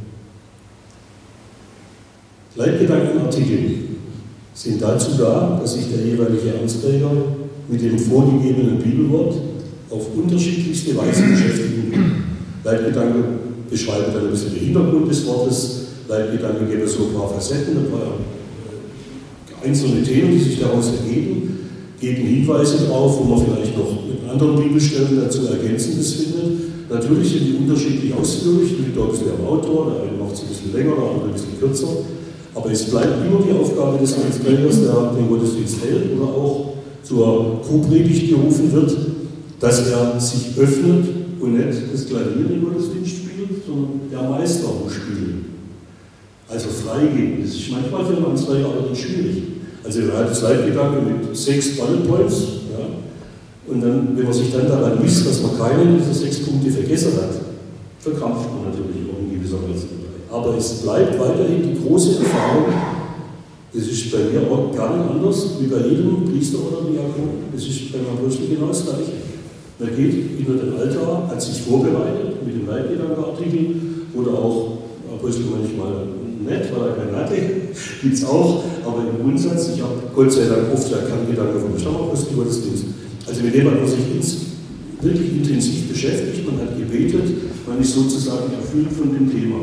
Leitgedankenartikel sind dazu da, dass sich der jeweilige Amtsträger mit dem vorgegebenen Bibelwort auf unterschiedlichste Weise beschäftigen kann. Leitgedanken beschreiben dann ein bisschen den Hintergrund des Wortes, Leitgedanken geben so ein paar Facetten, ein paar einzelne Themen, die sich daraus ergeben, geben Hinweise darauf, wo man vielleicht noch mit anderen Bibelstellen dazu Ergänzendes findet. Natürlich sind die unterschiedlich ausführlich, liegt auch ein bisschen am Autor, der eine macht es ein bisschen länger, der andere ein bisschen kürzer. Aber es bleibt immer die Aufgabe des Amtsträgers, der den Gottesdienst hält oder auch zur Co-Predigt gerufen wird, dass er sich öffnet und nicht das Klavier im Gottesdienst spielt, sondern der Meister muss spielen. Also freigeben. Das ist manchmal für einen Amtsträger allerdings schwierig. Also er hat das Leitgedanke mit 6 Bullet Points, ja, und dann, wenn man sich dann daran misst, dass man keinen dieser 6 Punkte vergessen hat, verkrampft man natürlich auch in gewisser Weise. Aber es bleibt weiterhin die große Erfahrung, das ist bei mir auch gar nicht anders, wie bei jedem Priester oder Diakon, das ist beim Apostel genau das Gleiche. Man geht hinter den Altar, hat sich vorbereitet mit dem Leitgedankenartikel oder auch Apostel manchmal nett, weil er kein hatte, gibt es auch, aber im Grundsatz, ich habe Gott sei Dank oft ja keinen Gedanken vom Stammapostel-Gottesdienst. Also mit dem hat man sich wirklich intensiv beschäftigt, man hat gebetet, man ist sozusagen erfüllt von dem Thema.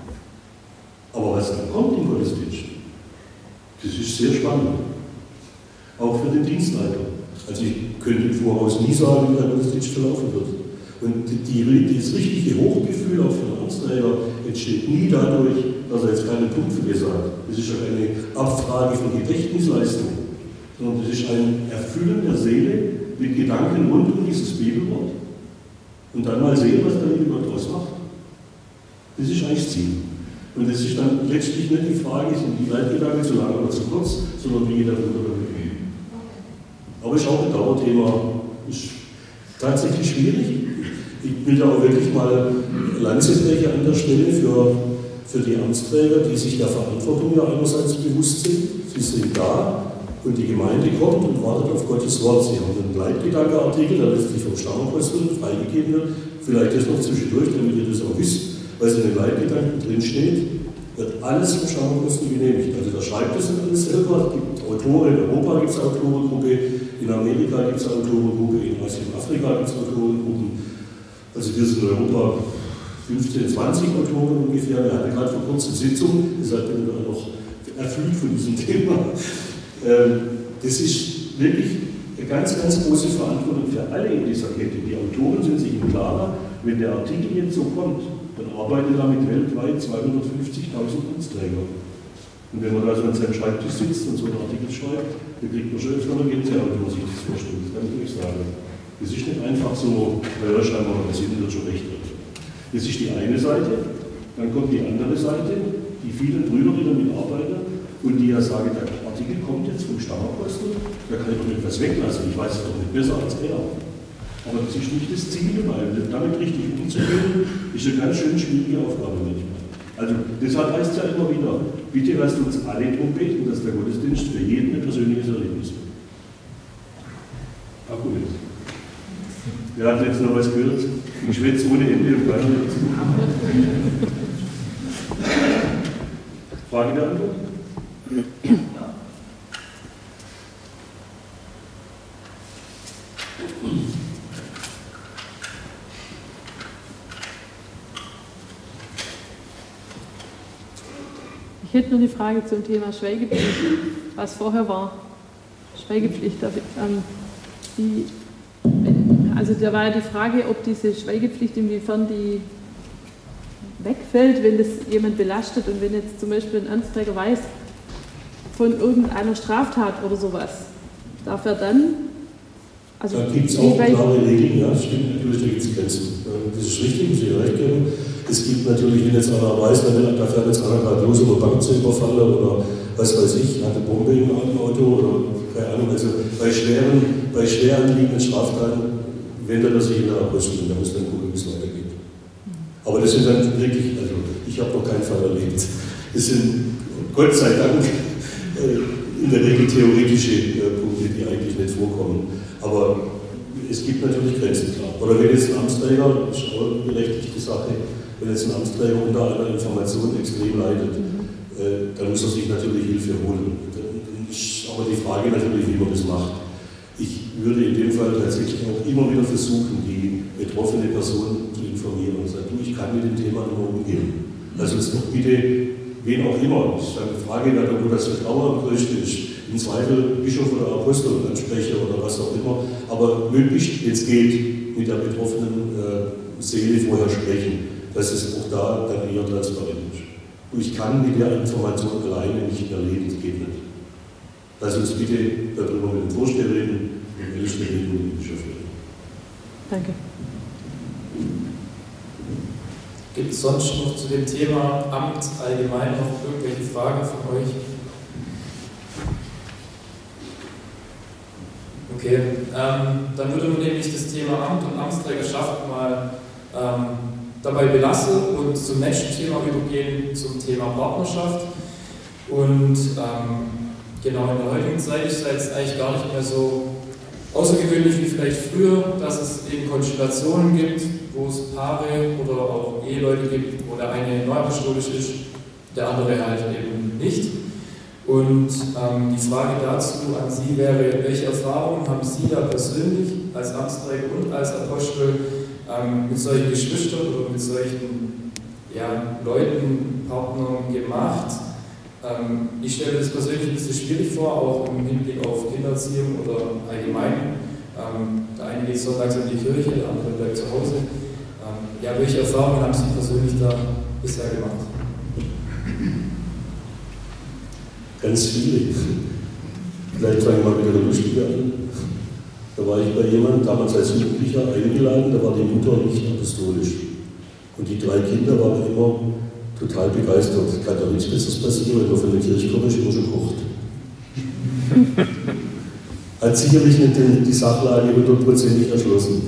Aber was dann kommt im Gottesdienst, das ist sehr spannend. Auch für den Dienstleiter. Also ich könnte im Voraus nie sagen, wie der Gottesdienst verlaufen wird. Und das richtige Hochgefühl auch für den Amtsträger entsteht nie dadurch, dass er jetzt keinen Punkt vergessen hat. Das ist ja keine Abfrage von Gedächtnisleistung, sondern das ist ein Erfüllen der Seele mit Gedanken rund um dieses Bibelwort. Und dann mal sehen, was der liebe Gott daraus macht. Das ist eigentlich das Ziel. Und es ist dann letztlich nicht die Frage, sind die Leitgedanken zu lang oder zu kurz, sondern wie geht der Bruder damit um. Aber es ist auch ein Dauerthema, ist tatsächlich schwierig. Ich will da auch wirklich mal Lanze brechen an der Stelle für die Amtsträger, die sich der Verantwortung ja einerseits bewusst sind. Sie sind da, Und die Gemeinde kommt und wartet auf Gottes Wort. Sie haben einen Leitgedankenartikel, der letztlich vom Stammapostel freigegeben wird. Vielleicht das noch zwischendurch, damit ihr das auch wisst, was in den Leitgedanken drinsteht, wird alles vom Stammapostel genehmigt. Also da schreibt es nicht alles selber. Es gibt Autoren, in Europa gibt es eine Autorengruppe, in Amerika gibt es eine Autorengruppe, in Asien und Afrika gibt es Autorengruppen. Also wir sind in Europa 15, 20 Autoren ungefähr. Wir hatten gerade vor kurzem Sitzung, deshalb bin ich noch erfüllt von diesem Thema. Das ist wirklich eine ganz, ganz große Verantwortung für alle in dieser Kette. Die Autoren sind sich im Klaren, wenn der Artikel jetzt so kommt, dann arbeitet damit weltweit 250.000 Amtsträger. Und wenn man da so an seinem Schreibtisch sitzt und so einen Artikel schreibt, dann kriegt man schon öfter eine Gänsehaut, wenn man sich das vorstellt. Das kann ich euch sagen. Das ist nicht einfach so, weil wir schreiben mal, das wird schon recht. Das ist die eine Seite, dann kommt die andere Seite, die vielen Brüder, die damit arbeiten und die ja sagen, der Artikel kommt jetzt vom Stammapostel, da kann ich doch etwas weglassen, ich weiß es doch nicht besser als er. Aber das ist nicht das Ziel, weil damit richtig umzugehen, ist eine ganz schön schwierige Aufgabe manchmal. Also deshalb heißt es ja immer wieder, bitte lasst uns alle darum beten, dass der Gottesdienst für jeden ein persönliches Erlebnis wird. Akkurat. Wer hat jetzt noch was gehört? Ich schwätze ohne Ende und weiter nichts. Frage der Antwort? Ich hätte noch eine Frage zum Thema Schweigepflicht, was vorher war. Schweigepflicht. Also da war ja die Frage, ob diese Schweigepflicht, inwiefern die wegfällt, wenn das jemand belastet und wenn jetzt zum Beispiel ein Amtsträger weiß von irgendeiner Straftat oder sowas, darf er dann? Also da gibt es auch klare Regeln, ja, stimmt, natürlich, da gibt es Grenzen. Das ist richtig, muss ich recht geben. Es gibt natürlich, wenn jetzt einer weiß, da fährt jetzt einer gerade los, um eine Bank zu überfallen oder was weiß ich, hat eine Bombe im Auto oder keine Ahnung. Also bei schwer anliegenden Straftaten wendet er sich in der Apostel und da muss man gucken, wie es weitergeht. Aber das sind dann wirklich, also ich habe noch keinen Fall erlebt. Das sind Gott sei Dank in der Regel theoretische Punkte, die eigentlich nicht vorkommen. Aber es gibt natürlich Grenzen, klar. Oder wenn jetzt ein Amtsträger, das ist auch eine berechtigte Sache, wenn jetzt ein Amtsträger unter einer Information extrem leidet, dann muss er sich natürlich Hilfe holen. Dann ist aber die Frage natürlich, wie man das macht. Ich würde in dem Fall tatsächlich auch immer wieder versuchen, die betroffene Person zu informieren und sagen, du, ich kann mit dem Thema nicht mehr umgehen. Lass uns doch bitte, wen auch immer, das ist eine Frage, wo das Vertrauen am größten ist, im Zweifel Bischof oder Apostel anspreche oder was auch immer, aber möglichst, jetzt geht, mit der betroffenen Seele vorher sprechen, dass es auch da dann eher transparent ist. Und ich kann mit der Information alleine nicht mehr leben, das geht nicht. Lass uns bitte darüber mit den Vorstellen reden und Ältesten reden und den Bischof reden. Danke. Gibt es sonst noch zu dem Thema Amt allgemein noch irgendwelche Fragen von euch? Okay, dann würde man nämlich das Thema Amt und Amtsträgerschaft mal dabei belassen und zum nächsten Thema übergehen, zum Thema Partnerschaft. Und genau, in der heutigen Zeit ist es eigentlich gar nicht mehr so außergewöhnlich wie vielleicht früher, dass es eben Konstellationen gibt, wo es Paare oder auch Eheleute gibt, wo der eine neuapostolisch ist, der andere halt eben nicht. Und die Frage dazu an Sie wäre, welche Erfahrungen haben Sie da persönlich als Amtsträger und als Apostel mit solchen Geschwistern oder mit solchen Leuten, Partnern gemacht? Ich stelle mir das persönlich ein bisschen schwierig vor, auch im Hinblick auf Kindererziehung oder allgemein. Der eine geht sonntags in die Kirche, der andere bleibt zu Hause. Welche Erfahrungen haben Sie persönlich da bisher gemacht? Ganz viele. Vielleicht fange ich mal mit der Lustige an. Da war ich bei jemandem, damals als Jugendlicher, eingeladen, da war die Mutter nicht apostolisch. Und die 3 Kinder waren immer total begeistert. Kann doch nichts Besseres passieren, wenn man von der Kirche kommt, ist immer schon kocht. Hat sicherlich nicht die Sachlage 100%ig erschlossen.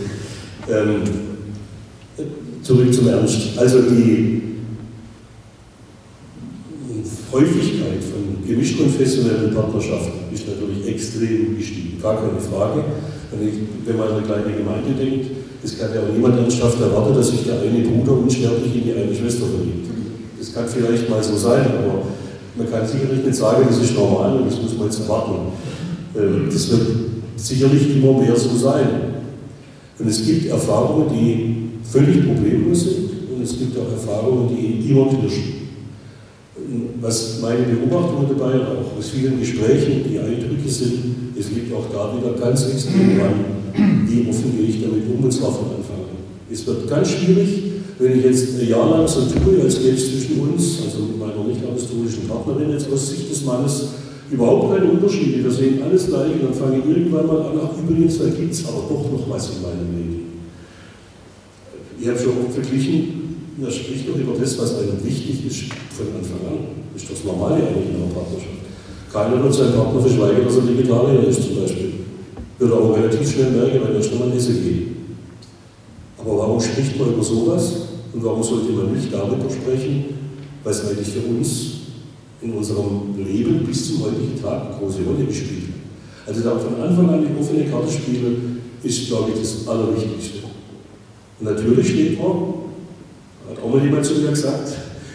Zurück zum Ernst. Also die Häufigkeit von gemischt-konfessionellen Partnerschaften ist natürlich extrem gestiegen, gar keine Frage. Wenn man an eine kleine Gemeinde denkt, es kann ja auch niemand ernsthaft erwarten, dass sich der eine Bruder unsterblich in die eine Schwester verliebt. Das kann vielleicht mal so sein, aber man kann sicherlich nicht sagen, das ist normal und das muss man jetzt erwarten. Das wird sicherlich immer mehr so sein. Und es gibt Erfahrungen, die völlig problemlos sind und es gibt auch Erfahrungen, die immer knirschen. Was meine Beobachtungen dabei auch aus vielen Gesprächen, die Eindrücke sind, es liegt auch da wieder ganz extrem dran, wie offen gehe ich damit um, und zwar von Anfang an. Es wird ganz schwierig, wenn ich jetzt ein Jahr lang so tue, als gäbe es zwischen uns, also mit meiner nicht-apostolischen Partnerin, jetzt aus Sicht des Mannes, überhaupt keine Unterschiede. Wir sehen alles gleich und dann fange ich irgendwann mal an, ach übrigens, da gibt es aber doch noch was in meinem Leben. Ich habe schon oft verglichen, da spricht doch über das, was einem wichtig ist, von Anfang an. Das ist das Normale eigentlich in einer Partnerschaft. Keiner wird seinem Partner verschweigen, dass er Vegetarier ist zum Beispiel. Wird er auch relativ schnell merken, wenn er schnell mal essen geht. Aber warum spricht man über sowas? Und warum sollte man nicht darüber sprechen, was eigentlich für uns in unserem Leben bis zum heutigen Tag eine große Rolle gespielt hat? Also da von Anfang an die offene Karte spielen, ist, glaube ich, das Allerwichtigste. Und natürlich steht man, hat auch mal jemand zu mir gesagt,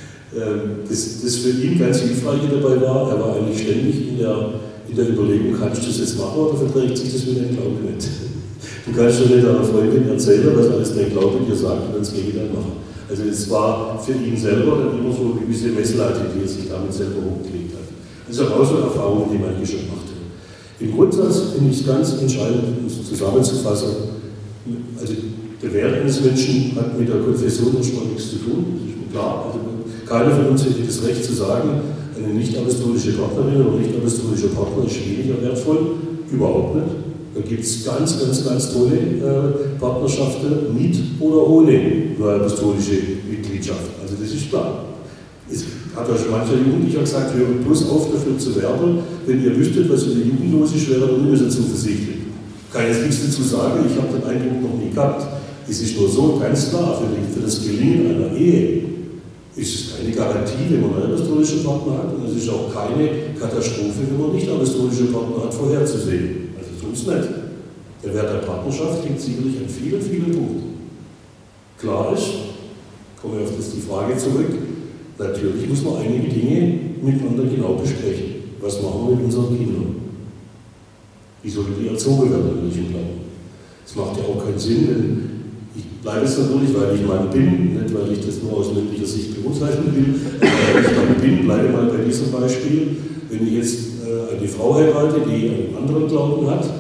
das für ihn ganz hilfreich dabei war, er war eigentlich ständig in der Überlegung, kannst du das jetzt machen oder verträgt sich das mit deinem Glauben nicht? Du kannst doch nicht deiner Freundin erzählen, was alles dein Glaube dir sagt und dann das Gegenteil machen. Also es war für ihn selber dann immer so eine gewisse Messlatte, die er sich damit selber hochgelegt hat. Das ist auch so eine Erfahrung, die manche schon gemacht haben. Im Grundsatz finde ich es ganz entscheidend, um es zusammenzufassen, also der Wert eines Menschen hat mit der Konfession erstmal nichts zu tun, das ist mir klar. Also keiner von uns hätte das Recht zu sagen, eine nicht-apostolische Partnerin oder nicht-apostolischer Partner ist weniger wertvoll, überhaupt nicht. Da gibt es ganz tolle Partnerschaften mit oder ohne apostolische Mitgliedschaft. Also das ist klar. Es hat ja schon mancher Jugendlicher gesagt, hört bloß auf dafür zu werben, wenn ihr wüsstet, was in der Jugendlos ist, wäre dann nicht mehr so zuversichtlich. Kann jetzt nichts dazu sagen, ich habe den Eindruck noch nie gehabt. Es ist nur so ganz klar, für das Gelingen einer Ehe ist es keine Garantie, wenn man einen apostolischen Partner hat, und es ist auch keine Katastrophe, wenn man nicht apostolische Partner hat, vorherzusehen. Also sonst nicht. Der Wert der Partnerschaft hängt sicherlich an vielen Punkten. Klar ist, komme ich auf die Frage zurück, natürlich muss man einige Dinge miteinander genau besprechen. Was machen wir mit unseren Kindern? Wie sollen die erzogen werden in welchem Glauben? Es macht ja auch keinen Sinn, wenn ich bleibe es natürlich, weil ich Mann bin, nicht weil ich das nur aus männlicher Sicht beurteilen will, weil ich Mann bin, bleibe mal bei diesem Beispiel. Wenn ich jetzt eine Frau heirate, die einen anderen Glauben hat,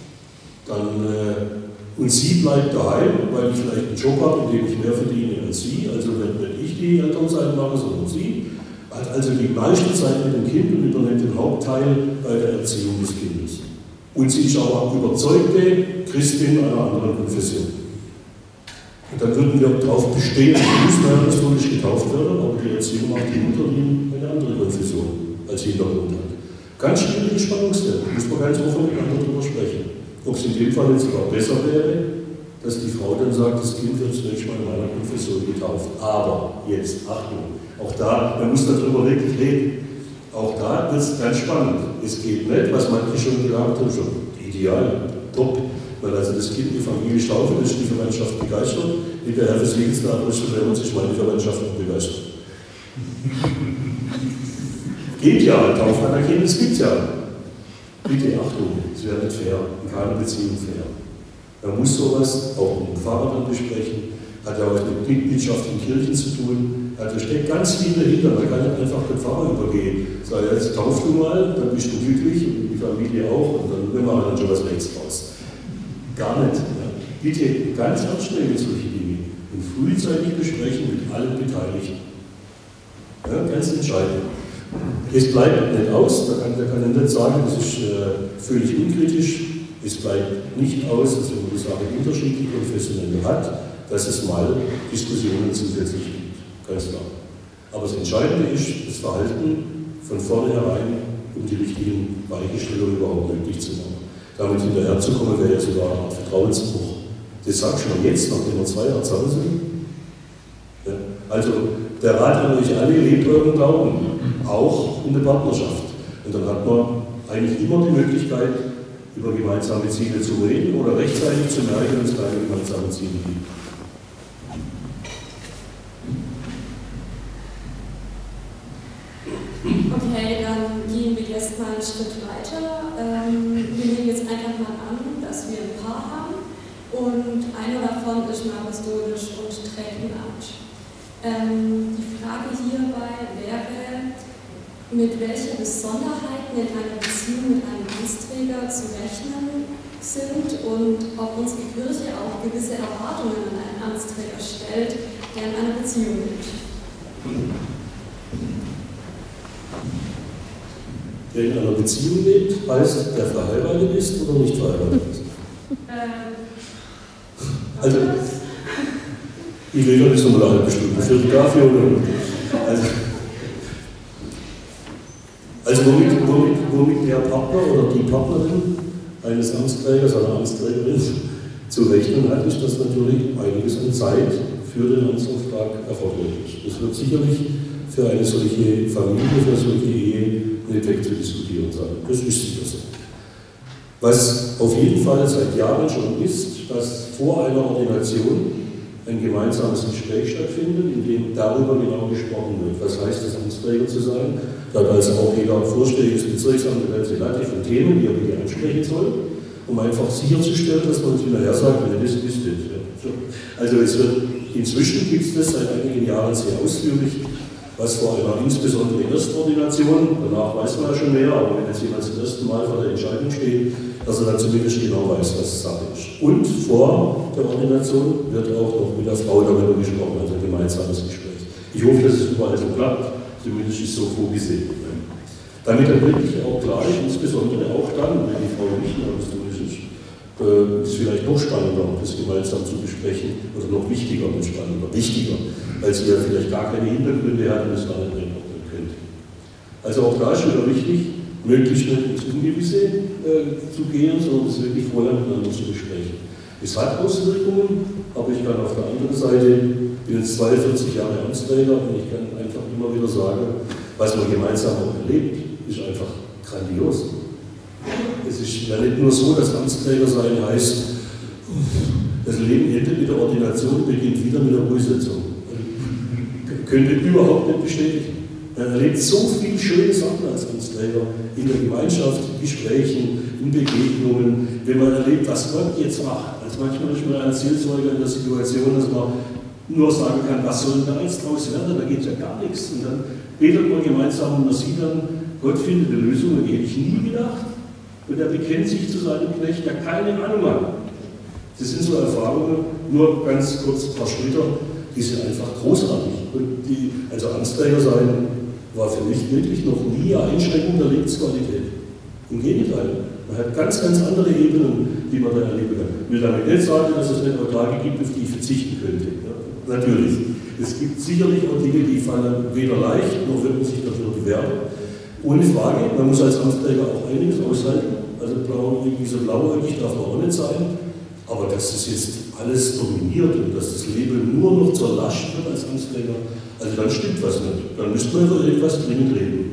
und sie bleibt daheim, weil ich vielleicht einen Job habe, in dem ich mehr verdiene als sie, also wenn ich die Elternzeit mache, sondern sie, hat also die meiste Zeit mit dem Kind und übernimmt den Hauptteil bei der Erziehung des Kindes. Und sie ist auch überzeugte Christin einer anderen Konfession. Und dann würden wir darauf bestehen, dass die apostolisch getauft werden, aber die Erziehung macht die Mutter in eine andere Konfession als Hintergrund hat. Ganz schwierige Spannungsfeld, muss man ganz offen miteinander darüber sprechen. Ob es in dem Fall jetzt sogar besser wäre, dass die Frau dann sagt, das Kind wird zunächst mal in meiner Konfession getauft. Aber jetzt, Achtung, auch da, man muss darüber wirklich reden. Auch da wird es ganz spannend. Es geht nicht, was manche schon gesagt haben, schon ideal, top. Weil also das Kind evangelisch taufen, ist die Verwandtschaft begeistert. Wie der Herr des Lebensnahme ist, wenn sich meine Verwandtschaft nicht begeistert. Geht ja, Taufen anerkennen, das gibt es ja. Bitte Achtung, es wäre nicht fair, in keiner Beziehung fair. Man muss sowas auch mit dem Pfarrer dann besprechen, hat ja auch mit Mitgliedschaft in Kirchen zu tun, da steckt ganz viel dahinter, man kann nicht einfach den Pfarrer übergehen. Sag jetzt tauf du mal, dann bist du glücklich und die Familie auch und dann machen wir dann schon was rechts raus. Gar nicht. Ja. Bitte ganz ernst nehmen solche Dinge und frühzeitig besprechen mit allen Beteiligten. Ja, ganz entscheidend. Es bleibt nicht aus, da kann ich nicht sagen, das ist völlig unkritisch. Es bleibt nicht aus, dass wenn man die Sache unterschiedlich konfessionell hat, dass es mal Diskussionen zusätzlich gibt. Ganz klar. Aber das Entscheidende ist, das Verhalten von vornherein, um die richtigen Weichenstellungen überhaupt möglich zu machen. Damit hinterherzukommen, wäre ja sogar eine Art Vertrauensbruch. Das sagst du schon jetzt, nachdem wir 2 Jahre zusammen sind. Ja. Also, der Rat an euch alle, lebt euren Glauben, auch in der Partnerschaft. Und dann hat man eigentlich immer die Möglichkeit, über gemeinsame Ziele zu reden oder rechtzeitig zu merken, wenn es keine gemeinsamen Ziele gibt. Okay, dann gehen wir jetzt mal einen Schritt weiter. Wir nehmen jetzt einfach mal an, dass wir ein Paar haben und einer davon ist mal apostolisch und trägt ein Amt. Die Frage hierbei wäre, mit welchen Besonderheiten in einer Beziehung mit einem Amtsträger zu rechnen sind und ob unsere Kirche auch gewisse Erwartungen an einen Amtsträger stellt, der in einer Beziehung lebt. Der in einer Beziehung lebt, heißt, der verheiratet ist oder nicht verheiratet ist? Also, ich rede jetzt noch eine halbe Stunde, für die dafür oder also womit der Partner oder die Partnerin eines Amtsträgers, einer Amtsträgerin zu rechnen hat, ist, dass natürlich einiges an Zeit für den Amtsauftrag erforderlich ist. Das wird sicherlich für eine solche Familie, für eine solche Ehe nicht wegzudiskutieren sein. Das ist sicher so. Was auf jeden Fall seit Jahren schon ist, dass vor einer Ordination ein gemeinsames Gespräch stattfindet, in dem darüber genau gesprochen wird. Was heißt es, Amtsträger zu sein? Da hat also auch jeder Vorsteher des Bezirksamts eine ganze Latte von Themen, die er hier ansprechen soll, um einfach sicherzustellen, dass man uns hinterher sagt, wenn das ist das. Also inzwischen gibt es das seit einigen Jahren sehr ausführlich, was vor einer insbesondere Erstordination, danach weiß man ja schon mehr, aber wenn jetzt jemand zum ersten Mal vor der Entscheidung steht, dass er dann zumindest genau weiß, was Sache ist. Und vor der Ordination wird auch noch mit der Frau darüber gesprochen, also ein gemeinsames Gespräch. Ich hoffe, dass es überall so klappt, zumindest ist so vorgesehen. Damit dann wirklich auch klar ist, insbesondere auch dann, wenn die Frau nicht mehr ist vielleicht noch spannender, das gemeinsam zu besprechen, oder noch wichtiger, weil sie ja vielleicht gar keine Hintergründe hat und es gar nicht einordnen könnte. Also auch da ist wieder wichtig, möglichst nicht ins Ungewisse zu gehen, sondern es wirklich vorher miteinander zu besprechen. Es hat Auswirkungen, aber ich kann auf der anderen Seite, ich bin jetzt 42 Jahre Amtsträger und ich kann einfach immer wieder sagen, was man gemeinsam auch erlebt, ist einfach grandios. Es ist ja nicht nur so, dass Amtsträger sein heißt, das Leben endet mit der Ordination, beginnt wieder mit der Ruhesetzung. Könnte überhaupt nicht bestätigen. Man erlebt so viele schöne Sachen als Amtsträger in der Gemeinschaft, in Gesprächen, in Begegnungen, wenn man erlebt, was Gott jetzt macht. Also manchmal ist man als Seelsorger in der Situation, dass man nur sagen kann, was soll denn da jetzt draus werden, da geht ja gar nichts. Und dann betet man gemeinsam und man sieht dann, Gott findet eine Lösung, da hätte ich nie gedacht. Und er bekennt sich zu seinem Knecht, der keine Ahnung hat. Das sind so Erfahrungen, nur ganz kurz ein paar Schritte, die sind einfach großartig. Und also Amtsträger sein war für mich wirklich noch nie eine Einschränkung der Lebensqualität. Im Gegenteil, man hat ganz, ganz andere Ebenen, die man da erleben kann. Ich will damit nicht sagen, dass es nicht auch Tage gibt, auf die ich verzichten könnte. Ja, natürlich. Es gibt sicherlich auch Dinge, die fallen weder leicht, noch wird man sich dafür bewerben. Ohne Frage, man muss als Amtsträger auch einiges aushalten. Also irgendwie so blauäugig darf man auch nicht sein. Aber dass das jetzt alles dominiert und dass das Leben nur noch zur Last wird als Amtsträger, also dann stimmt was nicht. Dann müsste man über irgendwas dringend reden.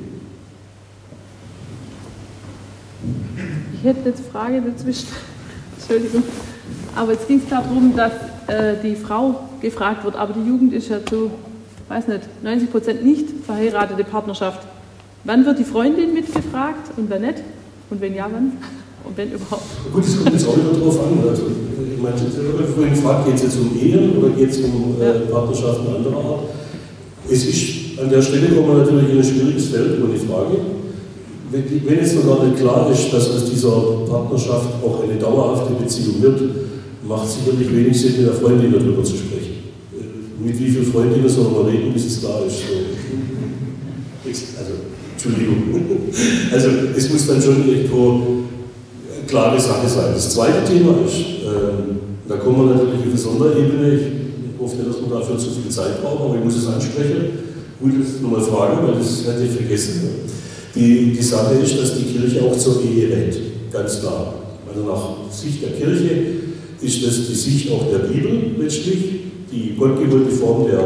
Ich hätte jetzt eine Frage dazwischen. Entschuldigung. Aber jetzt ging es darum, dass die Frau gefragt wird, aber die Jugend ist ja zu, weiß nicht, 90% nicht verheiratete Partnerschaft. Wann wird die Freundin mitgefragt und wann nicht? Und wenn ja, wann? Und wenn überhaupt? Gut, es kommt jetzt auch wieder drauf an. Also, ich meine, vorhin gefragt, geht es jetzt um Ehen oder geht es um Partnerschaften anderer Art? Es ist, an der Stelle kommen wir natürlich in ein schwieriges Feld, ohne Frage. Wenn jetzt noch gar nicht klar ist, dass aus dieser Partnerschaft auch eine dauerhafte Beziehung wird, macht sicherlich wenig Sinn, mit der Freundin darüber zu sprechen. Mit wie vielen Freundinnen soll man reden, bis es klar ist? Also, Entschuldigung. Also, es muss dann schon irgendwo eine klare Sache sein. Das zweite Thema ist, da kommen wir natürlich auf eine Sonderebene. Ich hoffe nicht, dass wir dafür zu viel Zeit brauchen, aber ich muss es ansprechen. Gut, das nochmal fragen, weil das hätte ich vergessen. Die Sache ist, dass die Kirche auch zur Ehe rät, ganz klar. Also nach Sicht der Kirche ist das die Sicht auch der Bibel letztlich, die gottgewollte Form der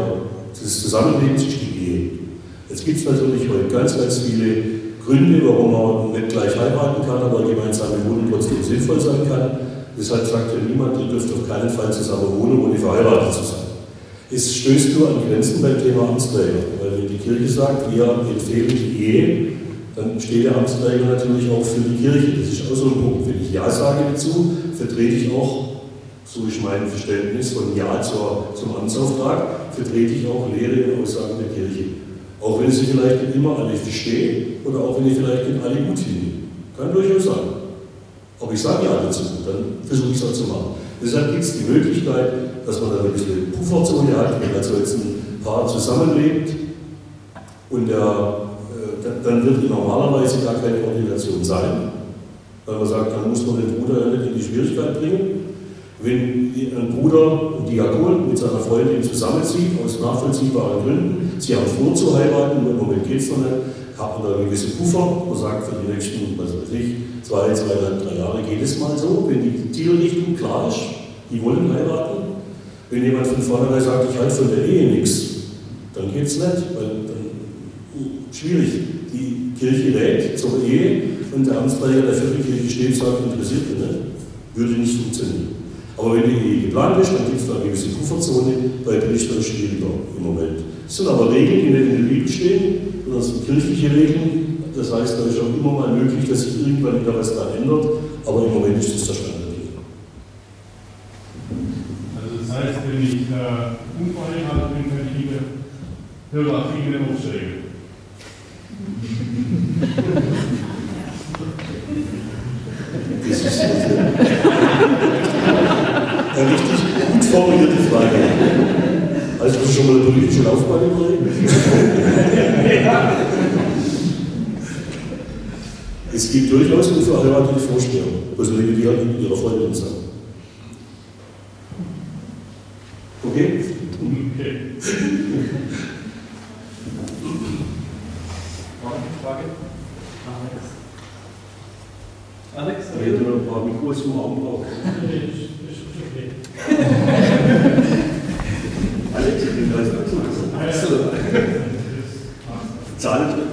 des Zusammenlebens ist die Ehe. Jetzt gibt es natürlich heute ganz, ganz viele Gründe, warum man nicht gleich heiraten kann, aber gemeinsame Wohnung trotzdem sinnvoll sein kann. Deshalb sagt ja niemand, ihr dürft auf keinen Fall zusammen wohnen, ohne verheiratet zu sein. Es stößt nur an Grenzen beim Thema Amtsträger, weil wenn die Kirche sagt, wir empfehlen die Ehe, dann steht der Amtsträger natürlich auch für die Kirche. Das ist auch so ein Punkt. Wenn ich Ja sage dazu, vertrete ich auch, so ist mein Verständnis von Ja zum Amtsauftrag, vertrete ich auch Lehre und Aussagen der Kirche. Auch wenn sie vielleicht nicht immer alle verstehen oder auch wenn ich vielleicht nicht alle gut finde. Kann durchaus sein. Aber ich sage Ja dazu, dann versuche ich es auch zu machen. Deshalb gibt es die Möglichkeit, dass man dann ein bisschen Pufferzone hat, wenn also jetzt ein Paar zusammenlebt und dann wird normalerweise gar keine Ordination sein, weil man sagt, dann muss man den Bruder ja nicht in die Schwierigkeit bringen. Wenn ein Bruder, ein Diakon, mit seiner Freundin zusammenzieht, aus nachvollziehbaren Gründen, sie haben vor zu heiraten, im Moment geht es noch nicht, hat man da eine gewisse Puffer, man sagt für die nächsten, was weiß ich, 2, 3 Jahre geht es mal so, wenn die Zielrichtung klar ist, die wollen heiraten. Wenn jemand von vornherein sagt, ich halte von der Ehe nichts, dann geht es nicht, weil dann schwierig. Die Kirche rät zur Ehe und der Amtsträger der Viertelkirche steht, sagt, interessiert mich nicht, würde nicht funktionieren. Aber wenn die Ehe geplant ist, dann gibt es da eine gewisse Pufferzone, bei Priestern schwieriger im Moment. Es sind aber Regeln, die nicht in der Bibel stehen, sondern es sind kirchliche Regeln. Das heißt, da ist auch immer mal möglich, dass sich irgendwann wieder was da ändert, aber im Moment ist das der Stand der Dinge. Also das heißt, wenn ich unverheiratet bin, kann ich wieder höherfliegende Aufschläge. Das ist eine richtig gut formulierte Frage. Also hast du schon mal eine politische Laufbahn überlegt? Es gibt durchaus unverheiratete Vorsteher, was Leute, die halt mit ihrer Freundin sind. Okay? Okay. Frage? Alex? Ich hätte noch ein paar Mikros im Raum brauchen. Alex, ich bin gleich dazu. Zahlen drin.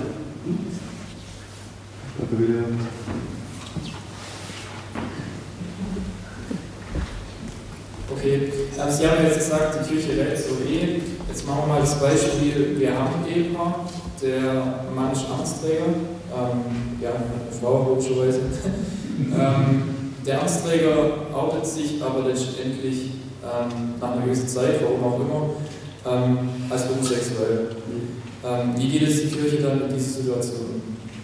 Okay, Sie haben jetzt gesagt, die Kirche rät zur Ehe. Jetzt machen wir mal das Beispiel, wir haben ein Ehepaar, der Mann ist Amtsträger, ja, eine Frau logischerweise. Der Amtsträger outet sich aber letztendlich nach einer gewissen Zeit, warum auch immer, als homosexuell. Wie geht es die Kirche dann in diese Situation?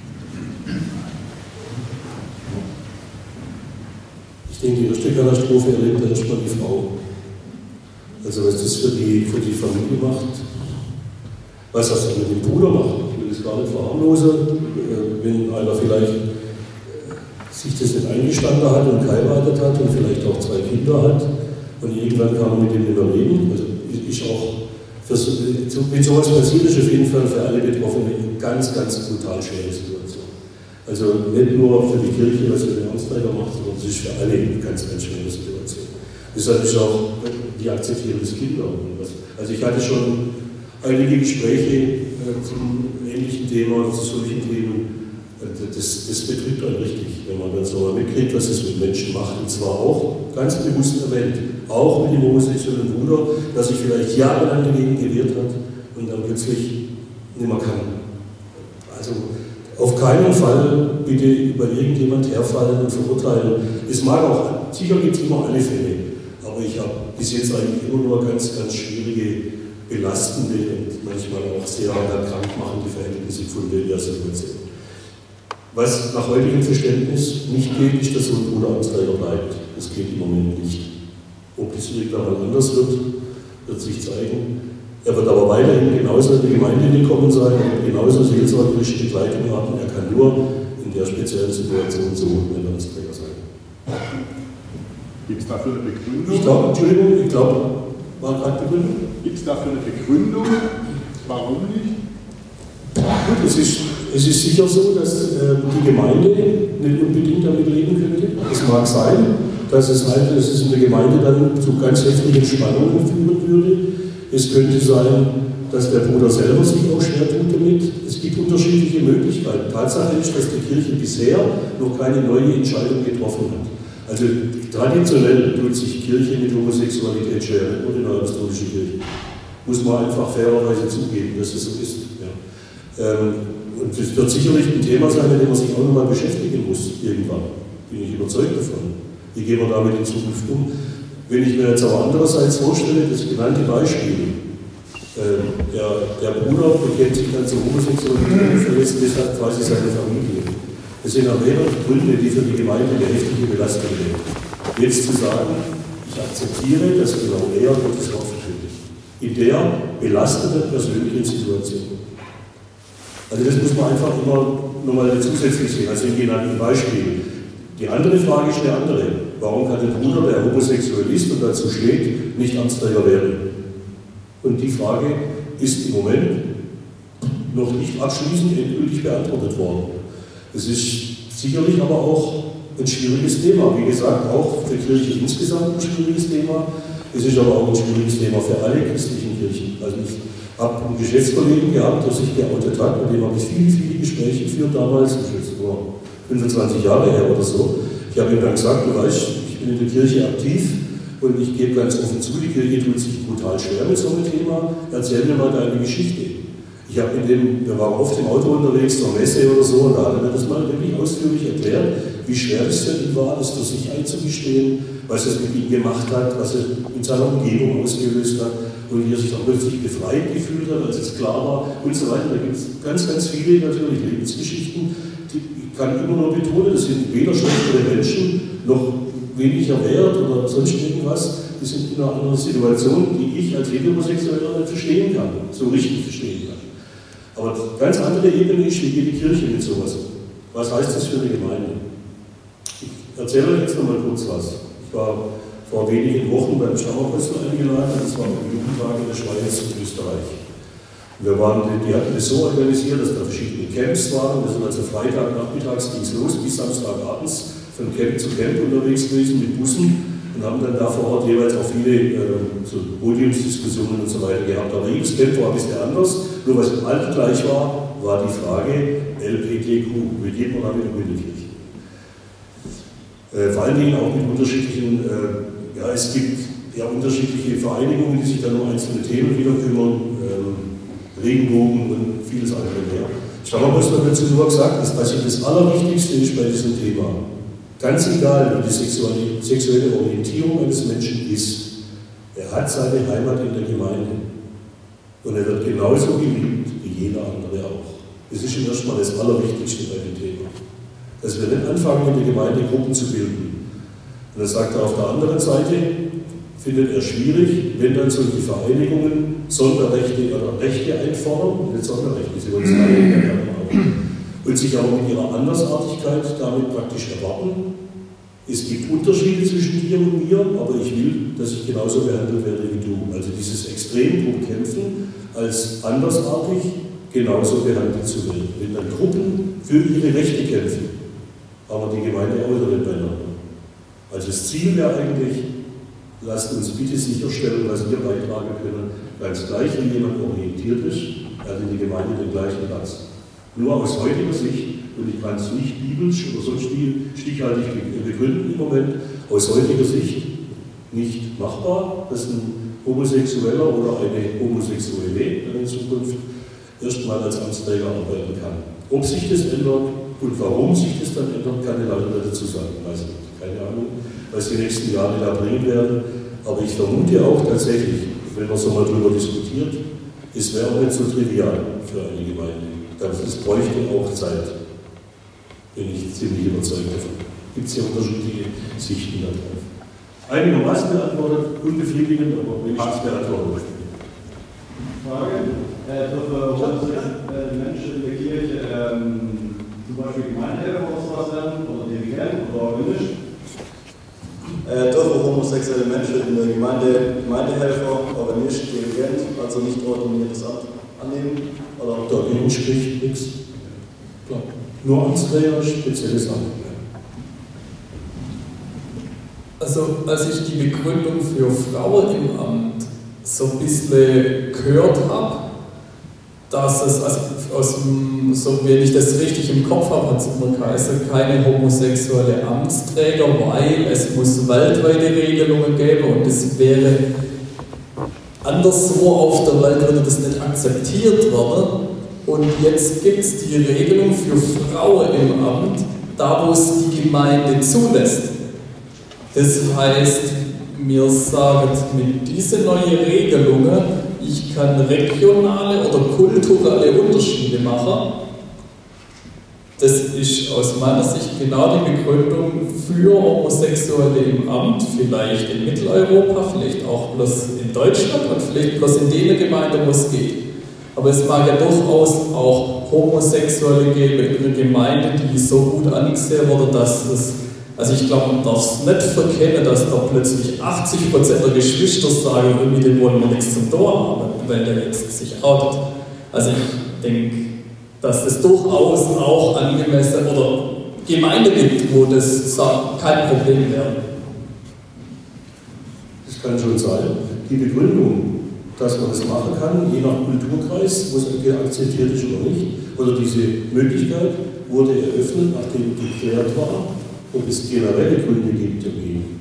Ich denke, die erste Katastrophe erlebt dann erstmal die Frau. Also was das für die Familie macht, was das mit dem Bruder macht, ich will das gar nicht verharmlosen, wenn einer vielleicht sich das nicht eingestanden hat und geheiratet hat und vielleicht auch 2 Kinder hat und irgendwann kann man mit dem überleben. Also ist auch, wenn sowas passiert, ist auf jeden Fall für alle Betroffenen eine ganz, ganz brutal schwere Situation. Also nicht nur für die Kirche, was der Amtsträger macht, sondern es ist für alle eine ganz, ganz schwere Situation. Deshalb ist auch die Akzeptierung des Kinder. Also ich hatte schon einige Gespräche zum ähnlichen Thema, zu solchen Themen. Das betrübt einen richtig, wenn man dann so mal mitkriegt, was das mit Menschen macht. Und zwar auch ganz bewusst erwähnt, auch mit dem homosexuellen Bruder, dass sich vielleicht jahrelang dagegen gewehrt hat und dann plötzlich nicht mehr kann. Also auf keinen Fall bitte über irgendjemand herfallen und verurteilen. Es mag auch, sicher gibt es immer alle Fälle, aber ich habe bis jetzt eigentlich immer nur ganz, ganz schwierige, belastende und manchmal auch sehr krankmachende Verhältnisse gefunden in der Situation. Was nach heutigem Verständnis nicht geht, ist, dass so ein Bruder Amtsträger bleibt. Das geht im Moment nicht. Ob das irgendwann mal anders wird sich zeigen. Er wird aber weiterhin genauso in die Gemeinde gekommen sein und genauso seelsorgerische Begleitung haben. Er kann nur in der speziellen Situation so ein Amtsträger sein. Gibt es dafür eine Begründung? Ich glaube, war gerade Begründung? Gibt es dafür eine Begründung? Warum nicht? Gut, es ist sicher so, dass die Gemeinde nicht unbedingt damit leben könnte. Es mag sein, dass es in der Gemeinde dann zu ganz heftigen Spannungen führen würde. Es könnte sein, dass der Bruder selber sich auch schwer tut damit. Es gibt unterschiedliche Möglichkeiten. Tatsache ist, dass die Kirche bisher noch keine neue Entscheidung getroffen hat. Also traditionell tut sich die Kirche mit Homosexualität schwer, und in der apostolischen Kirche. Muss man einfach fairerweise zugeben, dass es so ist. Ja. Und das wird sicherlich ein Thema sein, mit dem man sich auch nochmal beschäftigen muss, irgendwann. Bin ich überzeugt davon. Wie gehen wir damit in Zukunft um? Wenn ich mir jetzt aber andererseits vorstelle, das genannte Beispiel, der Bruder bekennt sich dann zur Homosexualität und verlässt deshalb quasi seine Familie. Das sind aber mehrere Gründe, die für die Gemeinde eine heftige Belastung sind. Jetzt zu sagen, ich akzeptiere, dass genau er Gottes Wort verkündigt. In der belasteten persönlichen Situation. Also das muss man einfach immer nochmal zusätzlich sehen, also in genannten Beispielen. Die andere Frage ist eine andere. Warum kann der Bruder, der homosexuell ist und dazu steht, nicht Amtsträger werden? Und die Frage ist im Moment noch nicht abschließend endgültig beantwortet worden. Es ist sicherlich aber auch ein schwieriges Thema. Wie gesagt, auch für Kirche insgesamt ein schwieriges Thema. Es ist aber auch ein schwieriges Thema für alle christlichen Kirchen. Also ich habe einen Geschäftskollegen gehabt, der sich geoutet hat, mit dem habe ich viele, viele Gespräche geführt damals, das ist vor 25 Jahre her oder so. Ich habe ihm dann gesagt, du weißt, ich bin in der Kirche aktiv und ich gebe ganz offen zu, die Kirche tut sich brutal schwer mit so einem Thema. Erzähl mir mal deine Geschichte. Ich habe wir waren oft im Auto unterwegs zur Messe oder so, und da hat er mir das mal wirklich ausführlich erklärt, wie schwer es für ihn war, das für sich einzugestehen, was es mit ihm gemacht hat, was er in seiner Umgebung ausgelöst hat und wie er sich auch plötzlich befreit gefühlt hat, als es klar war und so weiter. Da gibt es ganz, ganz viele natürlich Lebensgeschichten, die ich kann immer nur betonen, das sind weder schlechtere Menschen noch weniger wert oder sonst irgendwas. Die sind in einer Situation, die ich als Heterosexueller nicht verstehen kann, so richtig verstehen kann. Aber eine ganz andere Ebene ist, wie geht die Kirche mit sowas um? Was heißt das für eine Gemeinde? Ich erzähle euch jetzt noch mal kurz was. Ich war vor wenigen Wochen beim Stammapostel eingeladen, das war am Jugendtag in der Schweiz und Österreich. Die hatten das so organisiert, dass da verschiedene Camps waren. Wir sind also Freitagnachmittags ging es los, bis Samstagabends von Camp zu Camp unterwegs gewesen mit Bussen und haben dann da vor Ort jeweils auch viele so Podiumsdiskussionen und so weiter gehabt. Aber jedes Camp war ein bisschen anders. Nur was im Alten gleich war, war die Frage LGBTQ. Wie geht man damit um in der Kirche? Vor allen Dingen auch mit unterschiedlichen, es gibt ja unterschiedliche Vereinigungen, die sich dann um einzelne Themen wieder kümmern, Regenbogen und vieles andere mehr. Stammapostel hat dazu nur gesagt, dass das Allerwichtigste ist bei diesem Thema. Ganz egal, wie die sexuelle Orientierung eines Menschen ist, er hat seine Heimat in der Gemeinde. Und er wird genauso geliebt wie jeder andere auch. Das ist schon erstmal das Allerwichtigste bei dem Thema. Dass wir nicht anfangen, in der Gemeinde Gruppen zu bilden. Und er sagt auf der anderen Seite, findet er schwierig, wenn dann solche Vereinigungen Sonderrechte oder Rechte einfordern, nicht Sonderrechte, sie wollen es alle auch, und sich aber mit ihrer Andersartigkeit damit praktisch erwarten. Es gibt Unterschiede zwischen dir und mir, aber ich will, dass ich genauso behandelt werde wie du. Also dieses extrem drum kämpfen, als andersartig genauso behandelt zu werden. Wenn dann Gruppen für ihre Rechte kämpfen, aber die Gemeinde auch wieder nicht beieinander. Also das Ziel wäre eigentlich, lasst uns bitte sicherstellen, was wir beitragen können, ganz gleich, wie jemand orientiert ist, hat in die Gemeinde den gleichen Platz. Nur aus heutiger Sicht, und ich kann es nicht biblisch oder sonst stichhaltig begründen im Moment, aus heutiger Sicht nicht machbar, dass ein Homosexueller oder eine Homosexuelle dann in Zukunft erstmal als Amtsträger arbeiten kann. Ob sich das ändert und warum sich das dann ändert, kann ich leider nicht dazu sagen. Also keine Ahnung, was die nächsten Jahre da bringen werden. Aber ich vermute auch tatsächlich, wenn man so mal drüber diskutiert, es wäre auch nicht so trivial für eine Gemeinde. Das bräuchte auch Zeit. Bin ich ziemlich überzeugt davon. Gibt es ja unterschiedliche Sichten darauf. Einigermaßen beantwortet, unbefriedigend, aber wenigstens beantwortet. Frage: Dürfen homosexuelle Menschen in der Kirche zum Beispiel Gemeindehelfer oder sowas werden, oder Dirigent oder Organist? Dürfen homosexuelle Menschen in der Gemeindehelfer, Organist, Dirigent, also nicht ordiniertes Amt annehmen? Oder? Dagegen spricht nichts. Klar. Nur Amtsträger, spezielles Amt. Also, als ich die Begründung für Frauen im Amt so ein bisschen gehört habe, dass es, also so wie ich das richtig im Kopf habe, hat es immer geheißen, keine homosexuelle Amtsträger, weil es muss weltweite Regelungen geben und es wäre anderswo auf der Welt würde das nicht akzeptiert werden. Und jetzt gibt es die Regelung für Frauen im Amt, da wo es die Gemeinde zulässt. Das heißt, wir sagen mit diesen neuen Regelungen, ich kann regionale oder kulturelle Unterschiede machen. Das ist aus meiner Sicht genau die Begründung für Homosexuelle im Amt, vielleicht in Mitteleuropa, vielleicht auch bloß in Deutschland und vielleicht bloß in den Gemeinden, wo es geht. Aber es mag ja durchaus auch Homosexuelle geben in einer Gemeinde, die so gut angesehen wurde, dass es, also ich glaube, man darf es nicht verkennen, dass da plötzlich 80% der Geschwister sagen, irgendwie den wollen wir nichts zum Tor haben, weil der jetzt sich outet. Also ich denke, dass es durchaus auch angemessen oder Gemeinden gibt, wo das kein Problem wäre. Das kann schon sein. Die Begründung, dass man das machen kann, je nach Kulturkreis, wo es akzeptiert ist oder nicht, oder diese Möglichkeit wurde eröffnet, nachdem geklärt war, ob es generelle Gründe gibt dagegen.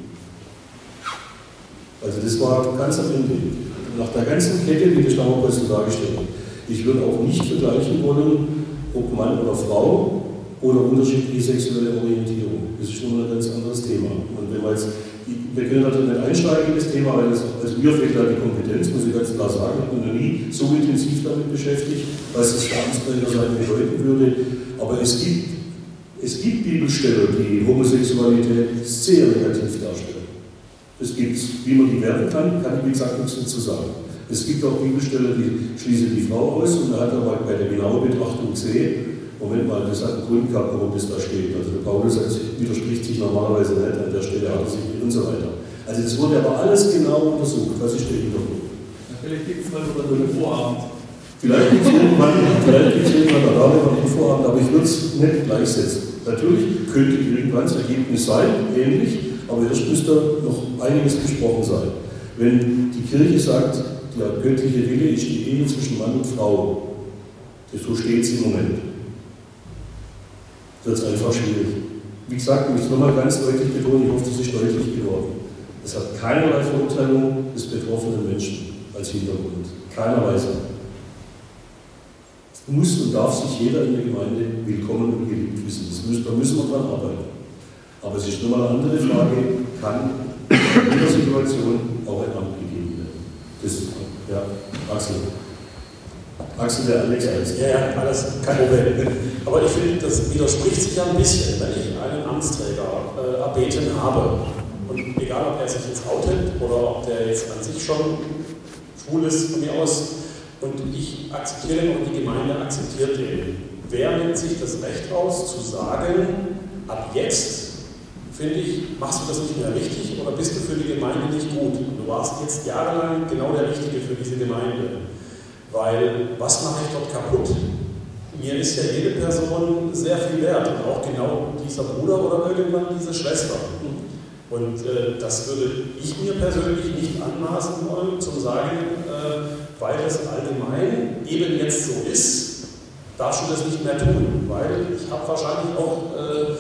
Also das war ganz am Ende. Nach der ganzen Kette, die der Stammapostel dargestellt hat. Ich würde auch nicht vergleichen wollen, ob Mann oder Frau oder unterschiedliche sexuelle Orientierung. Das ist schon ein ganz anderes Thema. Und wenn wir jetzt, wir können natürlich nicht einsteigen in das Thema, weil also mir fehlt da die Kompetenz, muss ich ganz klar sagen. Ich bin noch nie so intensiv damit beschäftigt, was das für Amtsträgerseite bedeuten würde. Aber es gibt Bibelstellen, die Homosexualität sehr negativ darstellen. Das gibt es. Wie man die werten kann, kann ich wie gesagt nichts dazu sagen. Es gibt auch Bibelstellen, die schließen die Frau aus und da hat er mal bei der genauen Betrachtung gesehen, Moment mal, das hat einen Grund gehabt, warum das da steht. Also der Paulus widerspricht sich normalerweise nicht, an der Stelle hat er sich und so weiter. Also das wurde aber alles genau untersucht, was ist der Hintergrund. Vielleicht gibt es mal sogar so einen Vorabend. Vielleicht gibt es irgendwann einen Vorabend, aber ich würde es nicht gleichsetzen. Natürlich könnte irgendwann das Ergebnis sein, ähnlich, aber erst müsste noch einiges besprochen sein. Wenn die Kirche sagt, der göttliche Wille ist die Ehe zwischen Mann und Frau, so steht es im Moment, wird es einfach schwierig. Wie gesagt, ich muss nochmal ganz deutlich betonen, ich hoffe, das ist deutlich geworden. Es hat keinerlei Verurteilung des betroffenen Menschen als Hintergrund. Keiner Weise. Es muss und darf sich jeder in der Gemeinde willkommen und geliebt wissen. Da müssen wir dran arbeiten. Aber es ist nur mal eine andere Frage, kann in dieser Situation auch ein Amt gegeben werden? Das, ja, Axel. Axel, der Alex heißt. Ja, alles kein Problem. Aber ich finde, das widerspricht sich ja ein bisschen, wenn ich einen Amtsträger erbeten habe. Und egal, ob er sich jetzt outet oder ob der jetzt an sich schon schwul ist von mir aus und ich akzeptiere den und die Gemeinde akzeptiert den. Wer nimmt sich das Recht raus, zu sagen, ab jetzt, finde ich, machst du das nicht mehr richtig oder bist du für die Gemeinde nicht gut? Du warst jetzt jahrelang genau der Richtige für diese Gemeinde. Weil, was mache ich dort kaputt? Mir ist ja jede Person sehr viel wert und auch genau dieser Bruder oder irgendwann diese Schwester. Und das würde ich mir persönlich nicht anmaßen wollen, zu sagen, weil das allgemein eben jetzt so ist, darfst du das nicht mehr tun. Weil ich habe wahrscheinlich auch,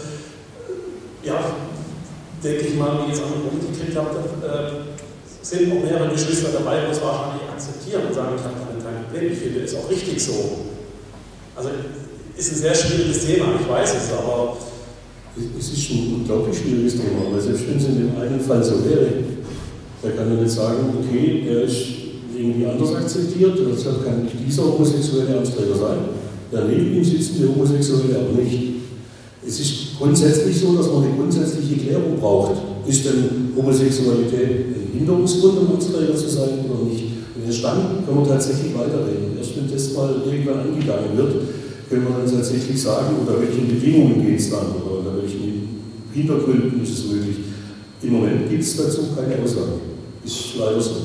denke ich mal, wie ich es auch mitgekriegt habe, sind auch mehrere Geschwister dabei, die es wahrscheinlich akzeptieren und sagen, ich habe damit kein Problem, ich finde es auch richtig so. Also ist ein sehr schwieriges Thema, ich weiß es, aber... Es ist ein unglaublich schwieriges Thema, weil selbst wenn es in dem einen Fall so wäre, da kann man nicht sagen, okay, er ist irgendwie anders akzeptiert, deshalb kann dieser homosexuelle Amtsträger sein. Daneben ihm sitzen die Homosexuelle aber nicht. Es ist grundsätzlich so, dass man eine grundsätzliche Klärung braucht. Ist denn Homosexualität ein Hinderungsgrund, um Amtsträger zu sein oder nicht? Und erst dann können wir tatsächlich weiterreden. Erst wenn das mal irgendwann angegangen wird, können wir dann tatsächlich sagen, unter welchen Bedingungen geht es dann oder unter welchen Hintergründen ist es möglich. Im Moment gibt es dazu keine Aussage. Ist leider so.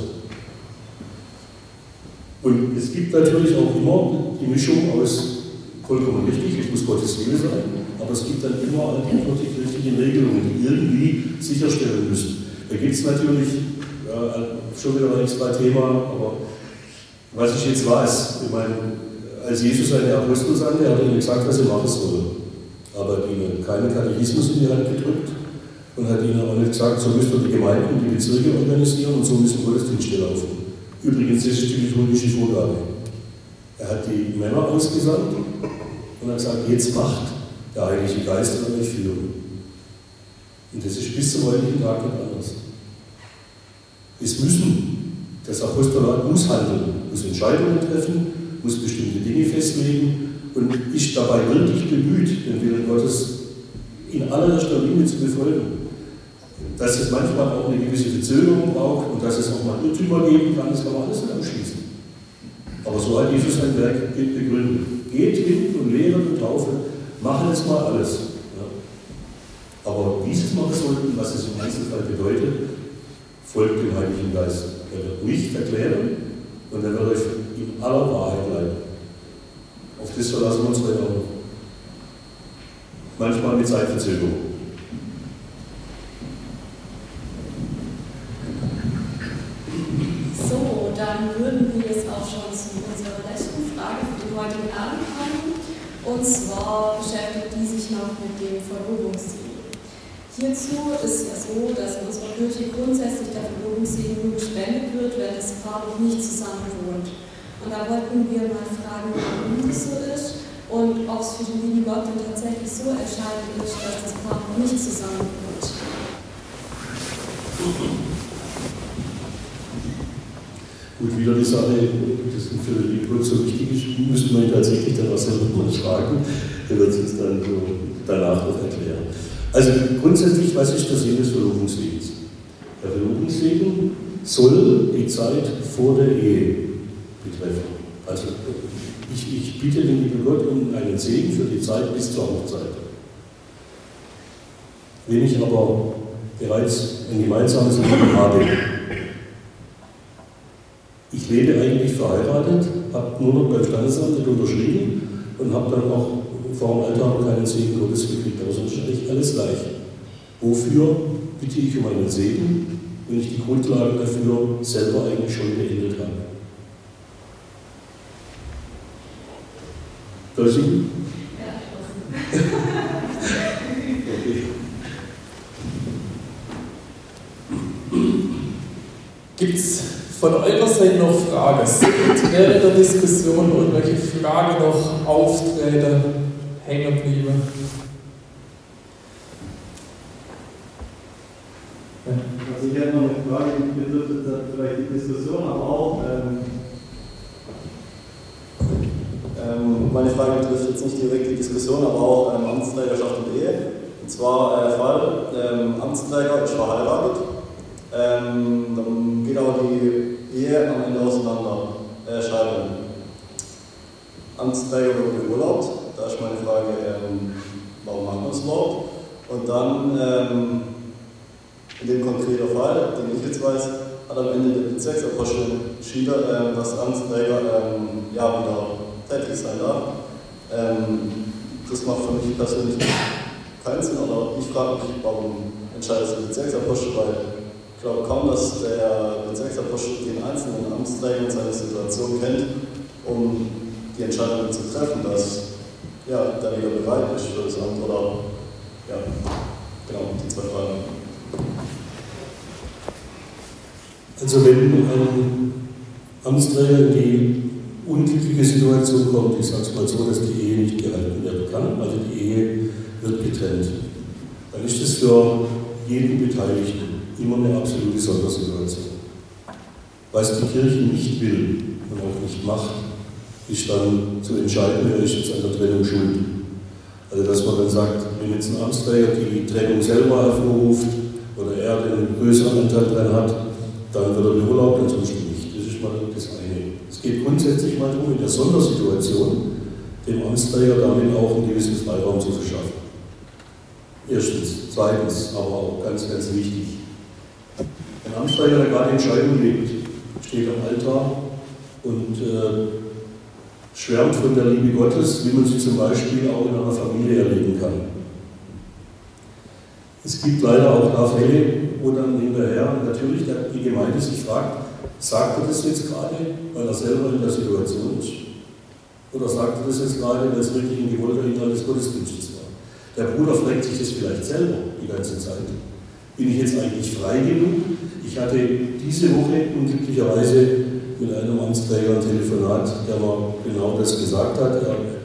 Und es gibt natürlich auch immer die Mischung aus vollkommen richtig, es muss Gottes Wille sein, aber es gibt dann immer die richtigen Regelungen, die irgendwie sicherstellen müssen. Da gibt es natürlich schon wieder ein extra Thema, aber was ich jetzt weiß, ich meine, als Jesus seine Apostel sandte, hat er ihnen gesagt, was sie machen sollen. Aber hat ihnen keinen Katechismus in die Hand gedrückt und hat ihnen auch nicht gesagt, so müsst ihr die Gemeinden und die Bezirke organisieren und so müssen Gottesdienste laufen. Übrigens, das ist die liturgische Vorgabe. Er hat die Männer ausgesandt und hat gesagt, jetzt macht der Heilige Geist an euch führen. Und das ist bis zum heutigen Tag nicht anders. Das Apostolat muss handeln, muss Entscheidungen treffen, muss bestimmte Dinge festlegen und ist dabei wirklich bemüht, den Willen Gottes in allererster Linie zu befolgen. Dass es manchmal auch eine gewisse Verzögerung braucht und dass es auch mal Irrtümer geben kann, das kann man alles nicht ausschließen. Aber so hat Jesus sein Werk begründet. Geht hin und lehren und taufen, machen jetzt mal alles. Ja. Aber wie sie es machen sollten, was es im Einzelfall bedeutet, folgt dem Heiligen Geist. Er wird nicht erklären und er wird euch in aller Wahrheit leiten. Auf das verlassen wir uns heute auch. Manchmal mit Zeitverzögerung. So, dann würden wir jetzt auch schon zu unserer letzten Frage für den heutigen Abend kommen. Und zwar beschäftigt die sich noch mit dem Verlobungssegen. Hierzu ist ja so, dass in unserer Kirche grundsätzlich der Verlobungssegen nur gespendet wird, wenn das Paar noch nicht zusammen wohnt. Und da wollten wir mal fragen, warum das so ist und ob es für den lieben Gott dann tatsächlich so entscheidend ist, dass das Paar noch nicht zusammen wohnt. Gut, wieder die Sache, das für den lieben Gott so wichtig ist, müssen wir ihn tatsächlich dann auch selber mal fragen. Er wird es uns dann so danach noch erklären. Also grundsätzlich, was ist der Sinn des Verlobungssegens? Der Verlobungssegen soll die Zeit vor der Ehe betreffen. Also ich bitte den lieben Gott um einen Segen für die Zeit bis zur Hochzeit. Wenn ich aber bereits ein gemeinsames Leben habe, ich lebe eigentlich verheiratet, habe nur noch beim Standesamt nicht unterschrieben und habe dann auch vor dem Alter noch keinen Segen Gottes gekriegt, aber sonst ist eigentlich alles gleich. Wofür bitte ich um einen Segen, wenn ich die Grundlagen dafür selber eigentlich schon beendet habe? Soll ich? Ja. Okay. Gibt es von eurer Seite noch Fragen? Während der Diskussion irgendwelche Fragen noch auftreten, hängen geblieben? Also ich hätte noch eine Frage, die betrifft vielleicht die Diskussion, aber auch meine Frage betrifft jetzt nicht direkt die Diskussion, aber auch Amtsträgerschaft und Ehe. Und zwar Fall, Amtsträger ist verheiratet, dann geht aber die Ehe am Ende auseinander, Scheidung. Amtsträger wird beurlaubt, da ist meine Frage, warum macht man das überhaupt? Und dann, in dem konkreten Fall, den ich jetzt weiß, hat am Ende der Bezirksapostel entschieden, dass der Amtsträger wieder tätig sein darf. Das macht für mich persönlich keinen Sinn, aber ich frage mich, warum entscheidet der Bezirksapostel, weil ich glaube kaum, dass der Bezirksapostel den einzelnen Amtsträger und seine Situation kennt, um die Entscheidung zu treffen, dass der wieder bereit ist für das Amt oder genau, die zwei Fragen. Also wenn ein Amtsträger in die unglückliche Situation kommt, ich sage es mal so, dass die Ehe nicht gehalten werden kann, also die Ehe wird getrennt, dann ist das für jeden Beteiligten immer eine absolute Sondersituation. Was die Kirche nicht will und auch nicht macht, ist dann zu entscheiden, wer ist jetzt an der Trennung schuld. Also dass man dann sagt, wenn jetzt ein Amtsträger die Trennung selber hervorruft oder er den größeren Anteil dran hat, dann wird er beurlaubt, ansonsten nicht. Das ist mal das eine. Es geht grundsätzlich mal darum, in der Sondersituation dem Amtsträger damit auch einen gewissen Freiraum zu verschaffen. Erstens. Zweitens, aber auch ganz, ganz wichtig. Ein Amtsträger, der gerade Entscheidung lebt, steht am Altar und schwärmt von der Liebe Gottes, wie man sie zum Beispiel auch in einer Familie erleben kann. Es gibt leider auch da Fälle, wo dann hinterher natürlich die Gemeinde sich fragt, sagt er das jetzt gerade, weil er selber in der Situation ist? Oder sagt er das jetzt gerade, weil es wirklich ein gewollter Inhalt des Gottesdienstes war? Der Bruder fragt sich das vielleicht selber die ganze Zeit. Bin ich jetzt eigentlich frei genug? Ich hatte diese Woche unglücklicherweise mit einem Amtsträger ein Telefonat, der mir genau das gesagt hat.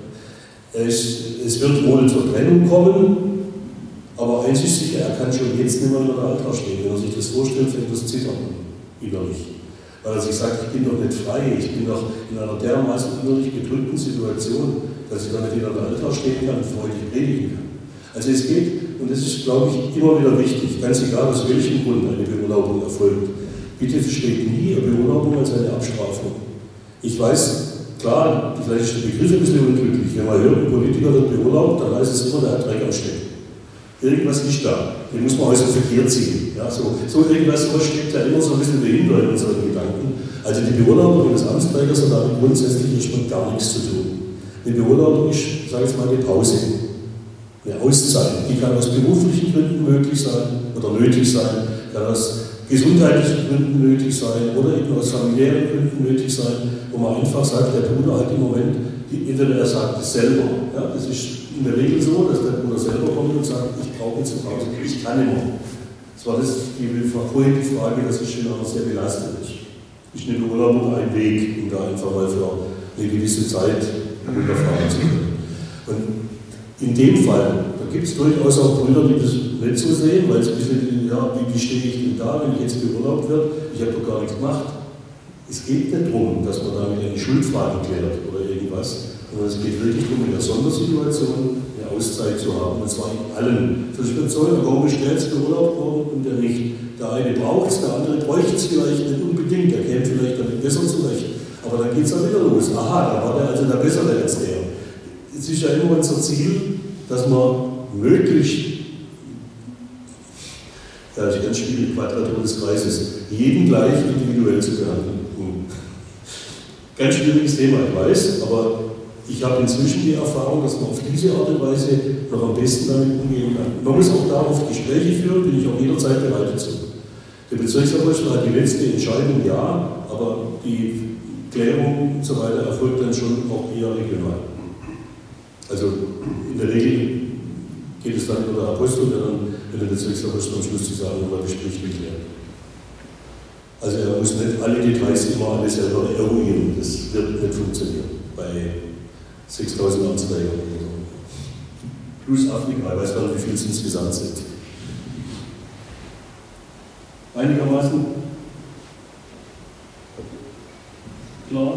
Es wird wohl zur Trennung kommen, aber eins ist sicher, er kann schon jetzt nicht mehr in der Altar stehen. Wenn er sich das vorstellt, fängt das Zittern innerlich. Weil er sich sagt, ich bin doch nicht frei, ich bin doch in einer dermaßen innerlich gedrückten Situation, dass ich da nicht in der Altar stehen kann und freudig predigen kann. Also es geht, und das ist, glaube ich, immer wieder wichtig, ganz egal aus welchem Grund eine Beurlaubung erfolgt. Bitte versteht nie eine Beurlaubung als eine Abstrafung. Ich weiß, klar, vielleicht ist der Begriff ein bisschen unglücklich. Wenn man hört, ein Politiker wird beurlaubt, dann heißt es immer, der hat Dreck am Stecken. Irgendwas ist da, den muss man aus dem Verkehr ziehen. Ja, so irgendwas steckt ja immer so ein bisschen dahinter in unseren Gedanken. Also die Beurlaubung des Amtsträgers hat damit grundsätzlich erstmal gar nichts zu tun. Eine Beurlaubung ist, sage ich jetzt mal, eine Pause, eine Auszeit. Die kann aus beruflichen Gründen möglich sein oder nötig sein, kann aus gesundheitlichen Gründen nötig sein oder eben aus familiären Gründen nötig sein, wo man einfach sagt, der Bruder hat im Moment, entweder er sagt es selber, ja, das ist in der Regel so, dass der Bruder selber kommt und sagt, ich brauche jetzt eine Pause, ich kann nicht mehr. Das war vorhin die Frage, dass es schon auch sehr belastet ist. Ist eine Beurlaubung ein Weg, um da einfach mal für eine gewisse Zeit runterfahren zu können. Und in dem Fall, da gibt es durchaus auch Brüder, die das nicht so sehen, weil es ein bisschen, ja, wie stehe ich denn da, wenn ich jetzt beurlaubt werde? Ich habe doch gar nichts gemacht. Es geht nicht darum, dass man damit eine Schuldfrage klärt oder irgendwas, sondern es geht wirklich darum, in der Sondersituation eine Auszeit zu haben, und zwar in allen. Das ist so, warum ist der jetzt beurlaubt worden und der nicht? Der eine braucht es, der andere bräuchte es vielleicht nicht unbedingt, der käme vielleicht damit besser zurecht. Aber dann geht es dann wieder los. Aha, da war der also der Bessere als der. Es ist ja immer unser Ziel, dass man möglichst, ja, das ist ganz schwierig, Quadratur des Kreises, jeden gleich individuell zu behandeln. Ganz schwieriges Thema, ich weiß, aber ich habe inzwischen die Erfahrung, dass man auf diese Art und Weise noch am besten damit umgehen kann. Man muss auch darauf Gespräche führen, bin ich auch jederzeit bereit dazu. Der Bezirksapostel hat die letzte Entscheidung, ja, aber die Klärung und so weiter erfolgt dann schon auch eher regional. Also in der Regel geht es dann über den Apostel, der dann, wenn der Bezirksapostel am Schluss die Sache nochmal bespricht, klärt. Also er muss nicht alle Details immer alle selber eruieren, das wird nicht funktionieren bei 6000 Amtsträgern oder so. Plus Afrika, ich weiß gar nicht, wie viel es insgesamt sind. Einigermaßen klar?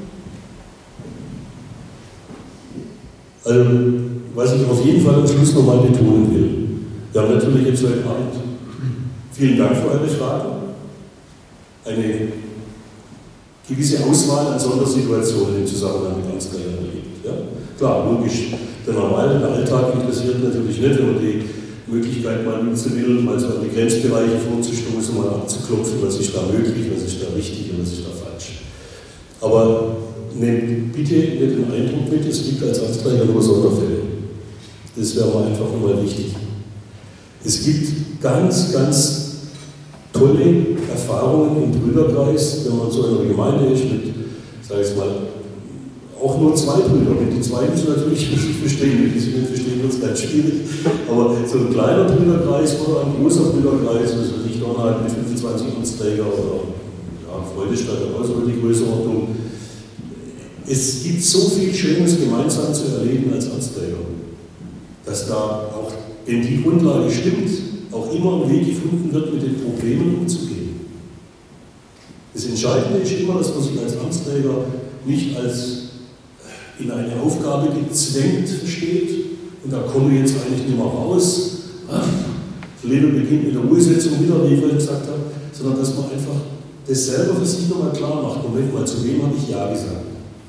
Also, was ich auf jeden Fall am Schluss nochmal betonen will. Wir haben natürlich jetzt heute Abend vielen Dank für eure Fragen. Eine gewisse Auswahl an Sondersituationen im Zusammenhang mit Amtsträgern erlebt. Ja? Klar, logisch, der normale Alltag interessiert natürlich nicht, wenn man die Möglichkeit mal nutzen will, mal so an die Grenzbereiche vorzustoßen, mal abzuklopfen, was ist da möglich, was ist da richtig und was ist da falsch. Aber nehmt bitte nicht den Eindruck mit, es gibt als Amtsträger nur Sonderfälle. Das wäre mal einfach nochmal wichtig. Es gibt ganz, ganz tolle Erfahrungen im Brüderkreis, wenn man so in einer Gemeinde ist mit, sage ich mal, auch nur 2 Brüder. Wenn die 2 müssen natürlich nicht verstehen, wenn die sich nicht verstehen, wird es ganz schwierig. Aber so ein kleiner Brüderkreis oder ein großer Brüderkreis, also nicht nur halt mit 25 Amtsträger oder ja, Freudestadt oder so die Größenordnung. Es gibt so viel Schönes gemeinsam zu erleben als Amtsträger, dass da auch, wenn die Grundlage stimmt, auch immer ein Weg gefunden wird, mit den Problemen umzugehen. Das Entscheidende ist immer, dass man sich als Amtsträger nicht als in eine Aufgabe gezwängt versteht und da komme ich jetzt eigentlich nicht mehr raus. Das Leben beginnt mit der Ruhesetzung wieder, wie ich vorhin gesagt habe, sondern dass man einfach das selber für sich nochmal klar macht. Moment mal, zu wem habe ich Ja gesagt?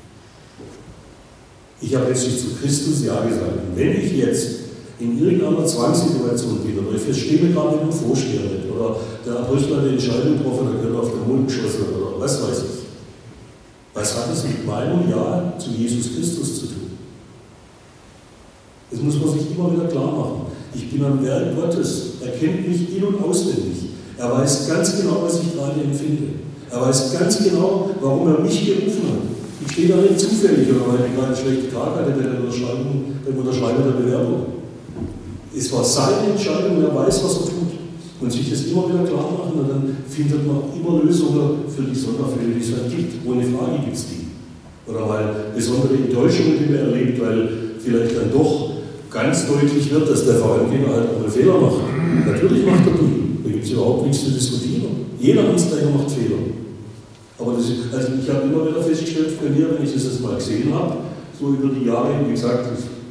Ich habe letztlich zu Christus Ja gesagt. Und wenn ich jetzt in irgendeiner Zwangssituation bin, oder ich verstehe mir gerade mit dem Vorsteher nicht, oder der Apostel hat eine Entscheidung getroffen, der gehört auf den Mond geschossen, oder was weiß ich. Was hat es mit meinem Ja zu Jesus Christus zu tun? Das muss man sich immer wieder klar machen. Ich bin am Werk Gottes. Er kennt mich in- und auswendig. Er weiß ganz genau, was ich gerade empfinde. Er weiß ganz genau, warum er mich gerufen hat. Ich stehe da nicht zufällig oder weil ich gerade einen schlechten Tag hatte beim Unterschreiben der Bewerbung. Es war seine Entscheidung, er weiß, was er tut. Und sich das immer wieder klar machen und dann findet man immer Lösungen für die Sonderfälle, die es halt gibt. Ohne Frage gibt es die. Oder mal besondere Enttäuschungen, die man erlebt, weil vielleicht dann doch ganz deutlich wird, dass der Verein halt auch einen Fehler macht. Natürlich macht er die. Da gibt es überhaupt nichts zu diskutieren. Jeder Amtsträger macht Fehler. Aber das ist, also ich habe immer wieder festgestellt bei mir, wenn ich das jetzt mal gesehen habe, so über die Jahre, wie gesagt,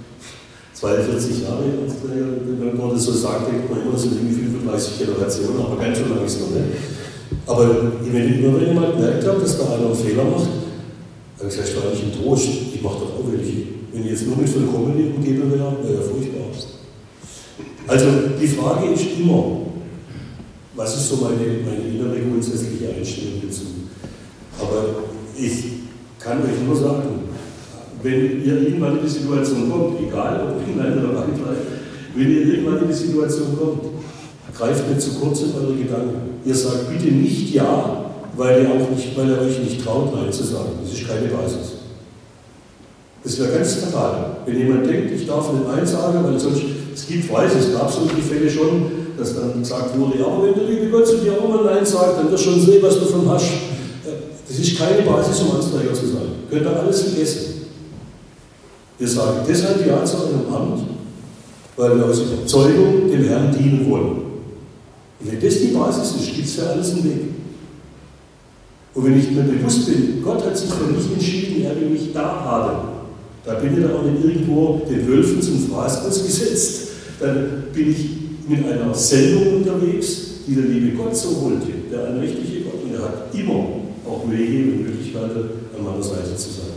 42 Jahre Amtsträger, wenn man das so sagt, denkt man immer, das sind irgendwie 35 Generationen, aber ganz so lange ist es noch nicht. Aber wenn ich mal gemerkt habe, dass da einer einen Fehler macht, dann habe ich gesagt, ich war nicht enttäuscht, ich mache doch auch welche. Wenn ich jetzt nur mit vollkommen umgebe wäre, wäre ja furchtbar. Also die Frage ist immer, was ist so meine innere grundsätzliche Einstellung dazu? Aber ich kann euch nur sagen, wenn ihr irgendwann in die Situation kommt, egal ob Inland oder Waldreich, wenn ihr irgendwann in die Situation kommt, greift nicht zu kurz in eure Gedanken. Ihr sagt bitte nicht Ja, weil ihr euch nicht traut, Nein zu sagen. Das ist keine Basis. Das wäre ganz fatal. Wenn jemand denkt, ich darf nicht Nein sagen, weil sonst, es gab solche Fälle schon, dass dann gesagt wurde, ja, aber wenn der liebe Gott zu dir auch mal Nein sagt, dann wirst du schon sehen, was du davon hast. Das ist keine Basis, um Amtsträger zu sein. Könnt ihr alles vergessen. Wir sagen deshalb Ja zu einem Amt, weil wir aus Überzeugung dem Herrn dienen wollen. Und wenn das die Basis ist, gibt es für alles einen Weg. Und wenn ich mir bewusst bin, Gott hat sich für mich entschieden, er will mich da haben, da bin ich dann auch nicht irgendwo den Wölfen zum Fraß ausgesetzt, dann bin ich mit einer Sendung unterwegs, die der liebe Gott so wollte, der allmächtige Gott, und er hat immer auch Wege und Möglichkeiten, an meiner Seite zu sein.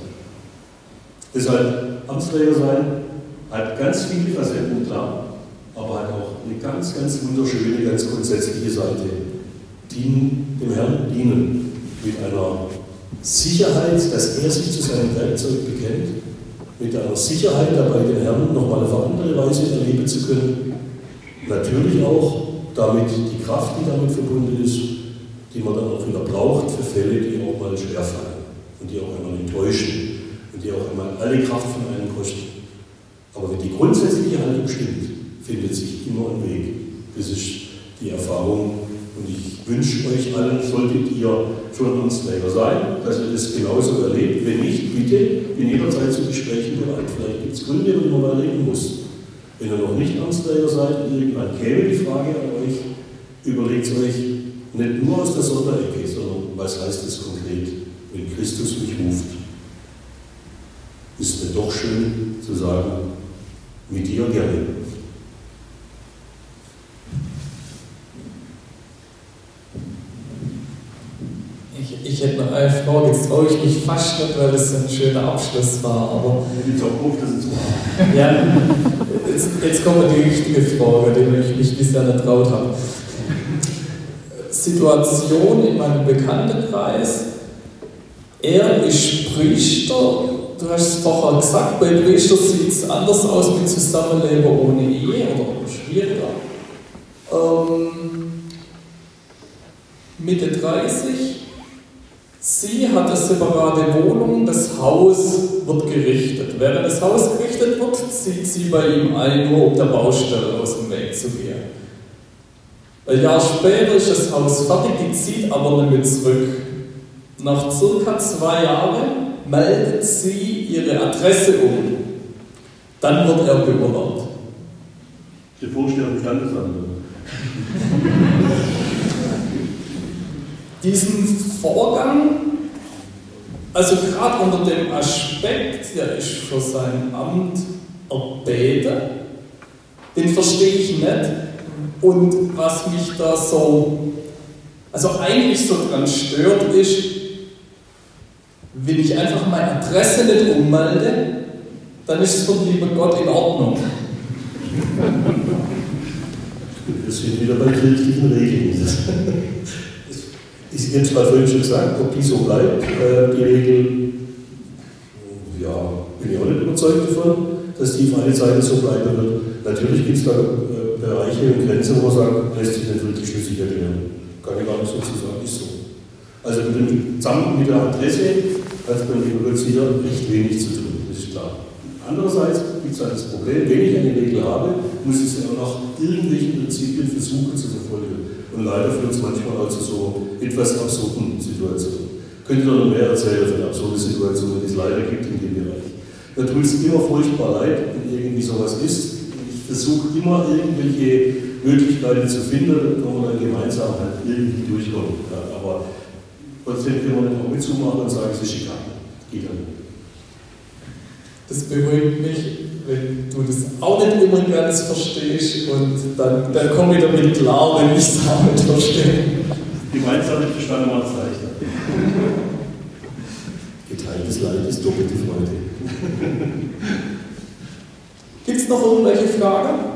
Deshalb, Amtsträger sein hat ganz viele Facetten, klar, aber hat auch eine ganz, ganz wunderschöne, ganz grundsätzliche Seite. Dem Herrn dienen, mit einer Sicherheit, dass er sich zu seinem Werkzeug bekennt, mit einer Sicherheit dabei, den Herrn nochmal auf eine andere Weise erleben zu können. Natürlich auch damit die Kraft, die damit verbunden ist, die man dann auch wieder braucht für Fälle, die auch mal schwerfallen und die auch einmal enttäuschen und die auch einmal alle Kraft von einem kosten. Aber wenn die grundsätzliche Haltung stimmt, findet sich immer ein Weg. Das ist die Erfahrung. Und ich wünsche euch allen, solltet ihr schon Amtsträger sein, dass ihr das genauso erlebt. Wenn nicht, bitte, bin jederzeit zu Gesprächen bereit. Vielleicht gibt es Gründe, über die man mal reden muss. Wenn ihr noch nicht Amtsträger seid und irgendwann käme die Frage an euch, überlegt euch nicht nur aus der Sonderecke, sondern was heißt das konkret, wenn Christus mich ruft. Ist mir doch schön zu sagen, mit dir gerne. Ich hätte noch eine Frage, jetzt traue ich mich fast nicht, weil das ein schöner Abschluss war, aber... Ja, jetzt kommt die richtige Frage, die ich mich bisher nicht traut habe. Situation in meinem Bekanntenkreis, er ist Priester, du hast es vorher gesagt, bei Priestern sieht es anders aus mit Zusammenleben ohne Ehe oder schwieriger. Mitte 30, sie hat eine separate Wohnung, das Haus wird gerichtet. Während das Haus gerichtet wird, zieht sie bei ihm ein, nur um der Baustelle aus dem Weg zu gehen. Ein Jahr später ist das Haus fertig, die zieht aber nicht mehr zurück. Nach ca. 2 Jahren meldet sie ihre Adresse um. Dann wird er beurlaubt. Die Vorstellung Standesamt. Diesen Vorgang, also gerade unter dem Aspekt, der ist für sein Amt erbeten, den verstehe ich nicht. Und was mich da so, also eigentlich so dran stört, ist, wenn ich einfach meine Adresse nicht ummelde, dann ist es für den lieben Gott in Ordnung. Wir sind wieder bei kirchlichen Regeln. Ich habe zwar vorhin schon gesagt, ob die so bleibt, die Regel, ja, bin ich auch nicht überzeugt davon, dass die für alle Zeiten so bleiben wird. Natürlich gibt es da Bereiche und Grenzen, wo man sagt, lässt sich nicht wirklich schlüssig erklären. Kann ich gar nicht so zu sagen, ist so. Also zusammen mit der Adresse hat beim Evolutionär recht wenig zu tun, das ist klar. Andererseits gibt es halt das Problem, wenn ich eine Regel habe, muss ich sie auch nach irgendwelchen Prinzipien versuchen zu verfolgen. Und leider führt es manchmal auch zu so etwas absurden Situationen. Könnt ihr noch mehr erzählen von absurden Situationen, die es leider gibt in dem Bereich? Da tut es immer furchtbar leid, wenn irgendwie sowas ist. Ich versuche immer irgendwelche Möglichkeiten zu finden, wo man dann gemeinsam halt irgendwie durchkommen kann. Aber trotzdem können wir nicht auch mit zumachen und sagen, es ist Schikane. Geht dann nicht. Das beruhigt mich, wenn du das auch nicht immer ganz verstehst und dann komme ich damit klar, wenn ich es auch nicht verstehe. Gemeinsam mit Verstanden macht es leichter. Geteiltes Leid ist doppelte Freude. Gibt es noch irgendwelche Fragen?